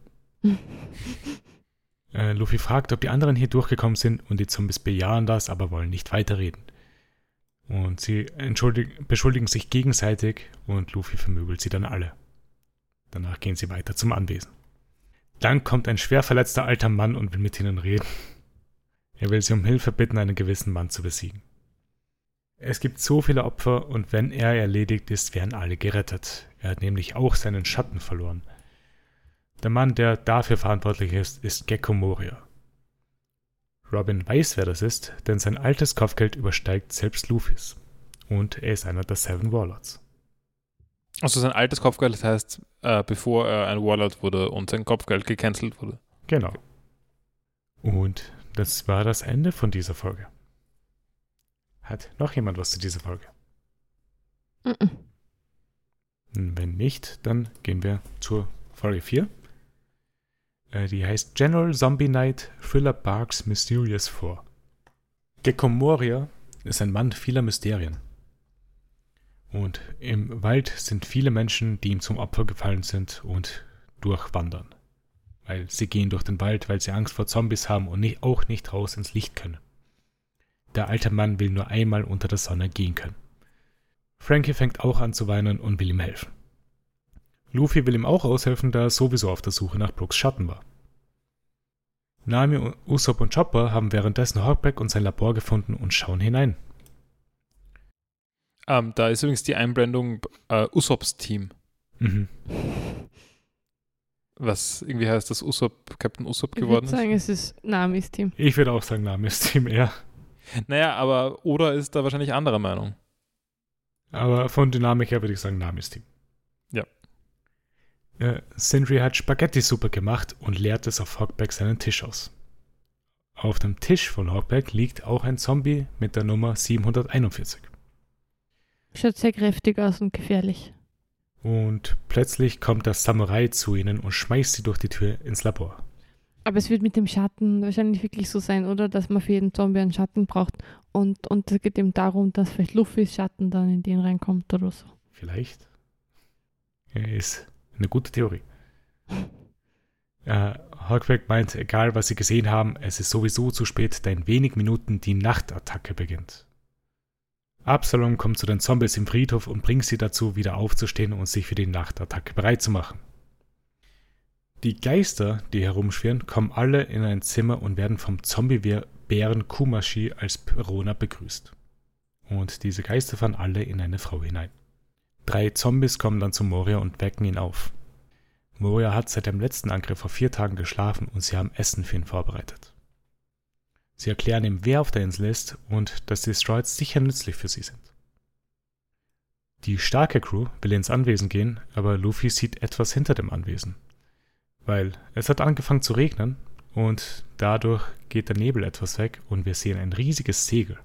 äh, Luffy fragt, ob die anderen hier durchgekommen sind und die Zombies bejahen das, aber wollen nicht weiterreden. Und sie beschuldigen sich gegenseitig und Luffy vermöbelt sie dann alle. Danach gehen sie weiter zum Anwesen. Dann kommt ein schwer verletzter alter Mann und will mit ihnen reden. Er will sie um Hilfe bitten, einen gewissen Mann zu besiegen. Es gibt so viele Opfer und wenn er erledigt ist, werden alle gerettet. Er hat nämlich auch seinen Schatten verloren. Der Mann, der dafür verantwortlich ist, ist Gekko Moria. Robin weiß, wer das ist, denn sein altes Kopfgeld übersteigt selbst Luffys. Und er ist einer der Seven Warlords. Also sein altes Kopfgeld, das heißt, äh, bevor er ein Warlord wurde und sein Kopfgeld gecancelt wurde. Genau. Und das war das Ende von dieser Folge. Hat noch jemand was zu dieser Folge? Mm-mm. Wenn nicht, dann gehen wir zur Folge vier. Äh, die heißt General Zombie Knight Thriller Barks Mysterious Four. Gekko Moria ist ein Mann vieler Mysterien. Und im Wald sind viele Menschen, die ihm zum Opfer gefallen sind und durchwandern. Weil sie gehen durch den Wald, weil sie Angst vor Zombies haben und nicht, auch nicht raus ins Licht können. Der alte Mann will nur einmal unter der Sonne gehen können. Frankie fängt auch an zu weinen und will ihm helfen. Luffy will ihm auch aushelfen, da er sowieso auf der Suche nach Brooks Schatten war. Nami, Usopp und Chopper haben währenddessen Hawkback und sein Labor gefunden und schauen hinein. Ähm, da ist übrigens die Einblendung äh, Usopps Team. Mhm. Was irgendwie heißt, dass Usopp Captain Usopp Ich geworden würde sagen, es ist Namis Team. Ich würde auch sagen, Nami ist Team eher. Naja, aber Oda ist da wahrscheinlich anderer Meinung. Aber von Dynamik her würde ich sagen, Namis-Team. Ja. Äh, Sindri hat Spaghetti-Suppe gemacht und leert es auf Hogback seinen Tisch aus. Auf dem Tisch von Hogback liegt auch ein Zombie mit der Nummer siebenhunderteinundvierzig. Schaut sehr kräftig aus und gefährlich. Und plötzlich kommt der Samurai zu ihnen und schmeißt sie durch die Tür ins Labor. Aber es wird mit dem Schatten wahrscheinlich wirklich so sein, oder? Dass man für jeden Zombie einen Schatten braucht. Und, und es geht eben darum, dass vielleicht Luffys Schatten dann in den reinkommt oder so. Vielleicht. Ja, ist eine gute Theorie. äh, Hogback meint, egal was sie gesehen haben, es ist sowieso zu spät, da in wenigen Minuten die Nachtattacke beginnt. Absalom kommt zu den Zombies im Friedhof und bringt sie dazu, wieder aufzustehen und sich für die Nachtattacke bereit zu machen. Die Geister, die herumschwirren, kommen alle in ein Zimmer und werden vom Zombie-Bären Kumashi als Perona begrüßt. Und diese Geister fahren alle in eine Frau hinein. Drei Zombies kommen dann zu Moria und wecken ihn auf. Moria hat seit dem letzten Angriff vor vier Tagen geschlafen und sie haben Essen für ihn vorbereitet. Sie erklären ihm, wer auf der Insel ist und dass die Destroids sicher nützlich für sie sind. Die starke Crew will ins Anwesen gehen, aber Luffy sieht etwas hinter dem Anwesen. Weil es hat angefangen zu regnen und dadurch geht der Nebel etwas weg und wir sehen ein riesiges Segel.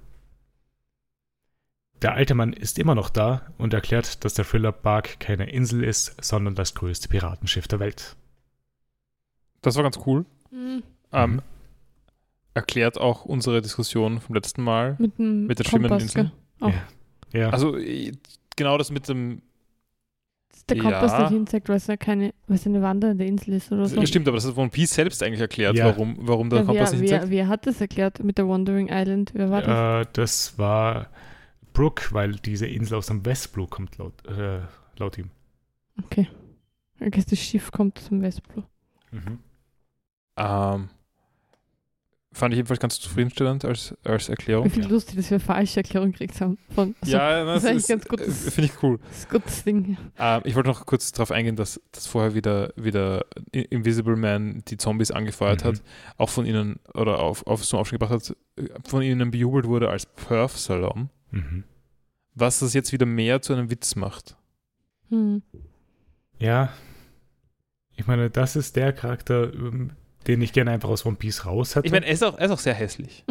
Der alte Mann ist immer noch da und erklärt, dass der Thriller Bark keine Insel ist, sondern das größte Piratenschiff der Welt. Das war ganz cool. Mhm. Ähm, erklärt auch unsere Diskussion vom letzten Mal Mit, dem mit der schwimmenden Kompass, Insel. gell? Auch. Ja. Ja. Also äh, genau das mit dem. Der Kompass Ja. nicht hinzeigt, weil es ja keine, weil es eine wandernde Insel ist oder so. Stimmt, aber das hat One Piece selbst eigentlich erklärt, Ja. warum, warum der Ja, Kompass wer, nicht wer, zeigt. wer hat das erklärt mit der Wandering Island? Wer war das? Äh, das war Brook, weil diese Insel aus dem Westblue kommt, laut, äh, laut ihm. Okay. Ich guess, das Schiff kommt zum Westblue. Mhm. Ähm, fand ich jedenfalls ganz zufriedenstellend als, als Erklärung. Wie viel lustig, dass wir eine falsche Erklärung gekriegt haben. Von, so, Ja, das das, ist eigentlich ist, ganz gut, das- äh, finde ich cool. das ist ein gutes Ding. Ähm, ich wollte noch kurz darauf eingehen, dass, dass vorher wieder, wieder Invisible Man die Zombies angefeuert Mhm. hat, auch von ihnen, oder auf, auf zum Aufstieg gebracht hat, äh, von ihnen bejubelt wurde als Perf Salom, Mhm. was das jetzt wieder mehr zu einem Witz macht. Hm. Ja, ich meine, das ist der Charakter, ähm, den ich gerne einfach aus One Piece raus hätte. Ich meine, er ist auch, er ist auch sehr hässlich.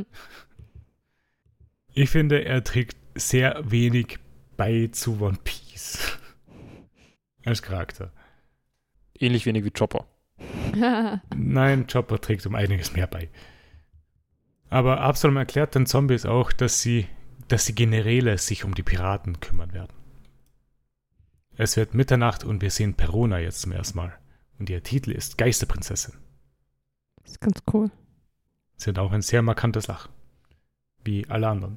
Ich finde, er trägt sehr wenig bei zu One Piece. Als Charakter. Ähnlich wenig wie Chopper. Nein, Chopper trägt um einiges mehr bei. Aber Absalom erklärt den Zombies auch, dass sie, dass die Generäle sich um die Piraten kümmern werden. Es wird Mitternacht und wir sehen Perona jetzt zum ersten Mal. Und ihr Titel ist Geisterprinzessin. Das ist ganz cool. Sie hat auch ein sehr markantes Lachen. Wie alle anderen.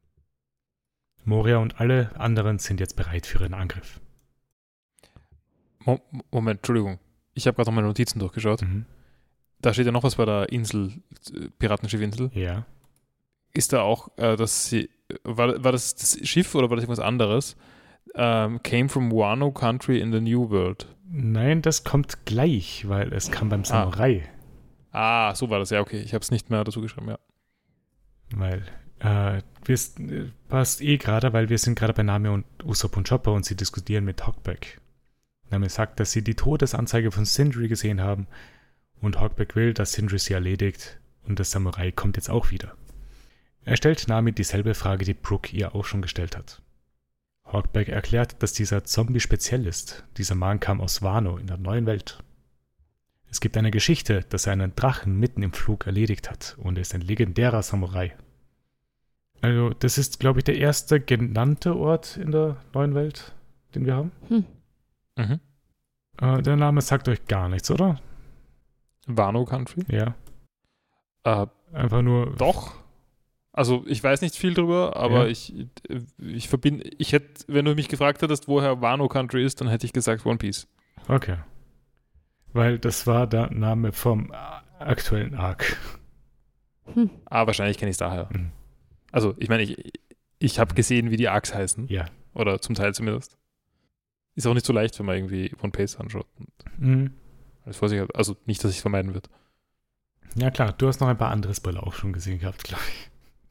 Moria und alle anderen sind jetzt bereit für ihren Angriff. Mo- Moment, Entschuldigung. Ich habe gerade noch meine Notizen durchgeschaut. Mhm. Da steht ja noch was bei der Insel, äh, Piratenschiff-Insel. Ja. Ist da auch, äh, dass sie, war, war das das Schiff oder war das irgendwas anderes? Ähm, came from Wano Country in the New World. Nein, das kommt gleich, weil es kam beim Samurai. Ah, so war das, ja, okay. Ich habe es nicht mehr dazu geschrieben, ja. Weil, äh, wir s- äh, passt eh gerade, weil wir sind gerade bei Nami und Usopp und Chopper und sie diskutieren mit Hogback. Nami sagt, dass sie die Todesanzeige von Sindri gesehen haben und Hogback will, dass Sindri sie erledigt und der Samurai kommt jetzt auch wieder. Er stellt Nami dieselbe Frage, die Brook ihr auch schon gestellt hat. Hogback erklärt, dass dieser Zombie speziell ist. Dieser Mann kam aus Wano in der neuen Welt. Es gibt eine Geschichte, dass er einen Drachen mitten im Flug erledigt hat und er ist ein legendärer Samurai. Also, das ist, glaube ich, der erste genannte Ort in der neuen Welt, den wir haben. Hm. Mhm. Äh, der Name sagt euch gar nichts, oder? Wano Country? Ja. Äh, Einfach nur. doch. Also ich weiß nicht viel drüber, aber Ja. ich, ich verbinde, ich hätte, wenn du mich gefragt hättest, woher Wano Country ist, dann hätte ich gesagt One Piece. Okay. Weil das war der Name vom aktuellen Arc. Hm. Ah, wahrscheinlich kenne ich es daher. Mhm. Also ich meine, ich, ich habe gesehen, wie die Arcs heißen. Ja. Oder zum Teil zumindest. Ist auch nicht so leicht, wenn man irgendwie One Piece anschaut. Mhm. Alles vor sich hat. Also nicht, dass ich es vermeiden würde. Ja klar, du hast noch ein paar andere Spoiler auch schon gesehen gehabt, glaube ich.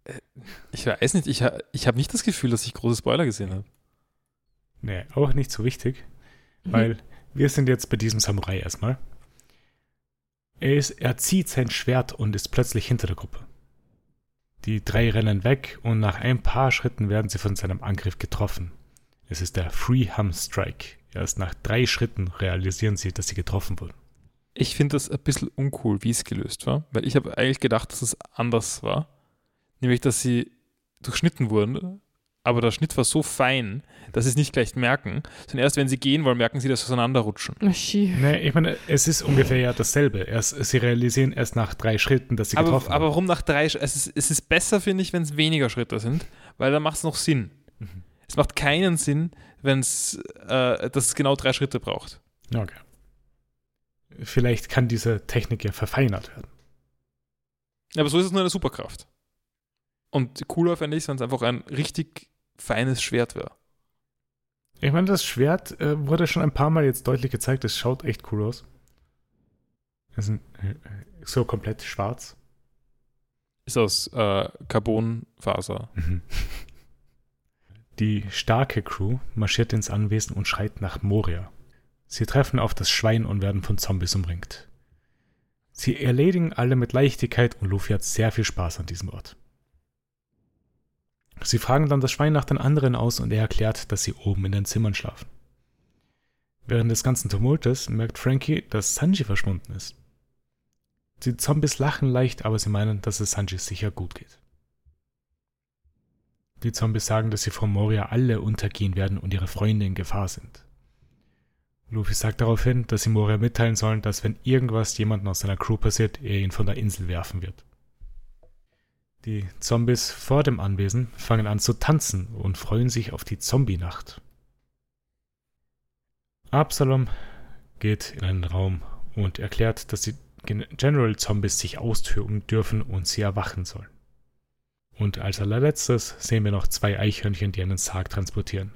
Ich weiß nicht, ich, ha- ich habe nicht das Gefühl, dass ich große Spoiler gesehen habe. Nee, auch nicht so wichtig, weil wir sind jetzt bei diesem Samurai erstmal. Er, ist, er zieht sein Schwert und ist plötzlich hinter der Gruppe. Die drei rennen weg und nach ein paar Schritten werden sie von seinem Angriff getroffen. Es ist der Freeham Strike. Erst nach drei Schritten realisieren sie, dass sie getroffen wurden. Ich finde das ein bisschen uncool, wie es gelöst war, weil ich habe eigentlich gedacht, dass es anders war. Nämlich, dass sie durchschnitten wurden, aber der Schnitt war so fein, dass sie es nicht gleich merken, sondern erst wenn sie gehen wollen, merken sie, dass sie auseinanderrutschen. Ach, schief. Nee, ich meine, es ist ungefähr ja dasselbe. Erst, sie realisieren erst nach drei Schritten, dass sie Aber, getroffen aber wurden. warum nach drei? Sch- Es ist, es ist besser, finde ich, wenn es weniger Schritte sind, weil dann macht es noch Sinn. Mhm. Es macht keinen Sinn, wenn es äh, dass es genau drei Schritte braucht. Okay. Vielleicht kann diese Technik ja verfeinert werden. Aber so ist es nur eine Superkraft. Und cooler fände ich es, wenn es einfach ein richtig feines Schwert wäre. Ich meine, das Schwert äh, wurde schon ein paar Mal jetzt deutlich gezeigt. Es schaut echt cool aus. Es ist äh, so komplett schwarz. Ist aus äh, Carbonfaser. Mhm. Die starke Crew marschiert ins Anwesen und schreit nach Moria. Sie treffen auf das Schwein und werden von Zombies umringt. Sie erledigen alle mit Leichtigkeit und Luffy hat sehr viel Spaß an diesem Ort. Sie fragen dann das Schwein nach den anderen aus und er erklärt, dass sie oben in den Zimmern schlafen. Während des ganzen Tumultes merkt Frankie, dass Sanji verschwunden ist. Die Zombies lachen leicht, aber sie meinen, dass es Sanji sicher gut geht. Die Zombies sagen, dass sie vor Moria alle untergehen werden und ihre Freunde in Gefahr sind. Luffy sagt daraufhin, dass sie Moria mitteilen sollen, dass wenn irgendwas jemandem aus seiner Crew passiert, er ihn von der Insel werfen wird. Die Zombies vor dem Anwesen fangen an zu tanzen und freuen sich auf die Zombie-Nacht. Absalom geht in einen Raum und erklärt, dass die General Zombies sich austoben dürfen und sie erwachen sollen. Und als allerletztes sehen wir noch zwei Eichhörnchen, die einen Sarg transportieren.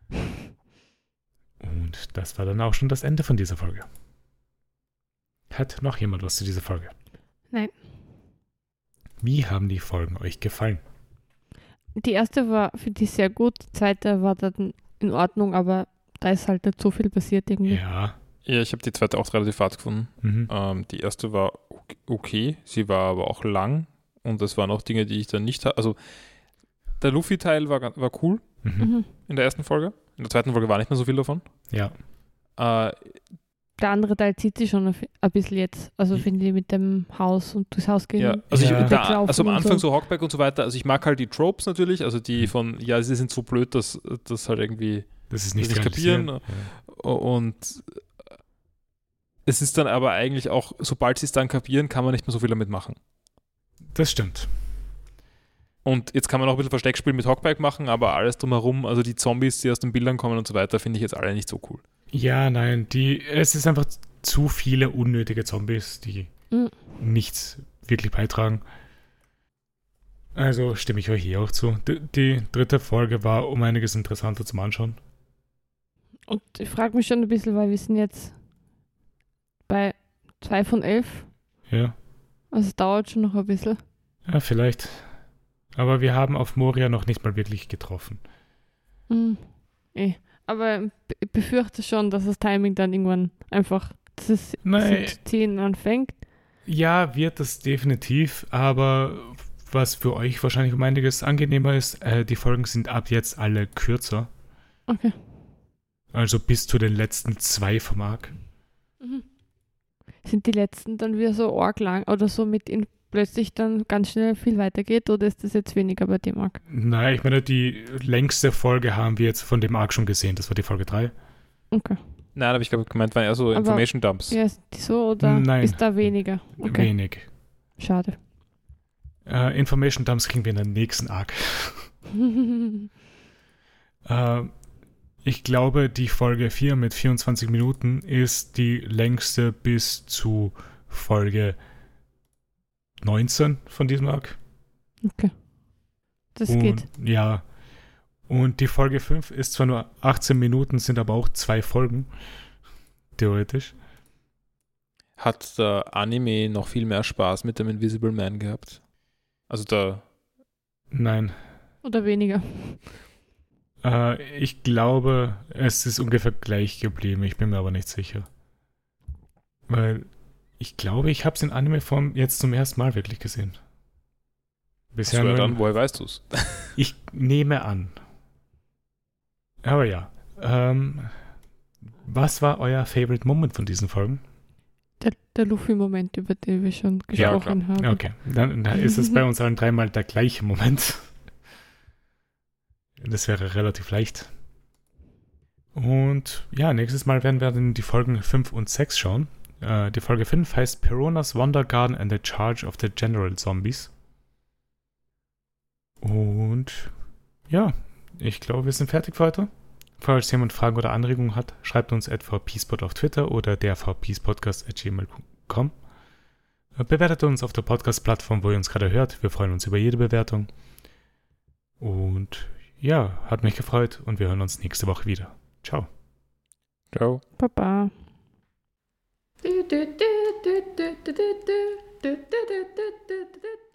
Und das war dann auch schon das Ende von dieser Folge. Hat noch jemand was zu dieser Folge? Nein. Wie haben die Folgen euch gefallen? Die erste war für die sehr gut, die zweite war dann in Ordnung, aber da ist halt nicht so viel passiert irgendwie. Ja. Ja, ich habe die zweite auch relativ fad gefunden. Mhm. Ähm, die erste war ok- okay, sie war aber auch lang und es waren auch Dinge, die ich dann nicht hatte. Also der Luffy-Teil war, ga- war cool Mhm. Mhm. in der ersten Folge. In der zweiten Folge war nicht mehr so viel davon. Ja. Äh, Der andere Teil zieht sich schon ein ein bisschen jetzt. Also finde ich mit dem Haus und durchs Haus gehen. ja, also, Ja. ich, da, weglaufen also am und Anfang so. so Hawkback und so weiter. Also ich mag halt die Tropes natürlich, also die Mhm. von, ja, sie sind so blöd, dass das halt irgendwie Das ist nicht nicht kapieren. realisieren. und es ist dann aber eigentlich auch, sobald sie es dann kapieren, kann man nicht mehr so viel damit machen. Das stimmt. Und jetzt kann man auch ein bisschen Versteckspiel mit Hawkback machen, aber alles drumherum, also die Zombies, die aus den Bildern kommen und so weiter, finde ich jetzt alle nicht so cool. Ja, nein, die, es ist einfach zu viele unnötige Zombies, die Mhm. nichts wirklich beitragen. Also stimme ich euch hier auch zu. D- die dritte Folge war um einiges interessanter zum Anschauen. Und ich frage mich schon ein bisschen, weil wir sind jetzt bei zwei von elf. Ja, Also es dauert schon noch ein bisschen. ja, vielleicht. Aber wir haben auf Moria noch nicht mal wirklich getroffen. Mhm. Eh. Aber ich befürchte schon, dass das Timing dann irgendwann einfach, dass es Nein. zu ziehen anfängt. Ja, wird das definitiv, aber was für euch wahrscheinlich um einiges angenehmer ist, äh, die Folgen sind ab jetzt alle kürzer. Okay. Also bis zu den letzten zwei vom Arc. Mhm. Sind die letzten dann wieder so arg lang oder so mit in plötzlich dann ganz schnell viel weitergeht oder ist das jetzt weniger bei dem Arc? Nein, ich meine, die längste Folge haben wir jetzt von dem Arc schon gesehen. Das war die Folge drei. Okay. Nein, aber ich glaube, gemeint waren eher so Aber- Information Dumps. Ja, ist die so oder Nein. ist da weniger? Okay. Wenig. Schade. Äh, Information Dumps kriegen wir in der nächsten Arc. Äh, ich glaube, die Folge vier mit vierundzwanzig Minuten ist die längste bis zu Folge neunzehn von diesem Arc. Okay. Das Und, geht. Ja. Und die Folge fünf ist zwar nur achtzehn Minuten, sind aber auch zwei Folgen. Theoretisch. Hat der Anime noch viel mehr Spaß mit dem Invisible Man gehabt? Also der Nein. Oder weniger? Äh, ich glaube, es ist ungefähr gleich geblieben. Ich bin mir aber nicht sicher. Weil ich glaube, ich habe es in Anime-Form jetzt zum ersten Mal wirklich gesehen. Bisher So, ja, nur dann, in, woher weißt du es? ich nehme an. Aber ja. Ähm, was war euer Favorite Moment von diesen Folgen? Der, der Luffy-Moment, über den wir schon Ja, gesprochen haben. Okay, dann, dann ist es bei uns allen dreimal der gleiche Moment. Das wäre relativ leicht. Und ja, nächstes Mal werden wir dann die Folgen fünf und sechs schauen. Äh, die Folge fünf heißt Perona's Wonder Garden and the Charge of the General Zombies. Und ja, ich glaube, wir sind fertig für heute. Falls jemand Fragen oder Anregungen hat, schreibt uns at vpspot auf Twitter oder der vpspodcast at gmail punkt com. Bewertet uns auf der Podcast-Plattform, wo ihr uns gerade hört. Wir freuen uns über jede Bewertung. Und ja, hat mich gefreut und wir hören uns nächste Woche wieder. Ciao. Ciao. Baba. Do do do do do do do do do do do do do do.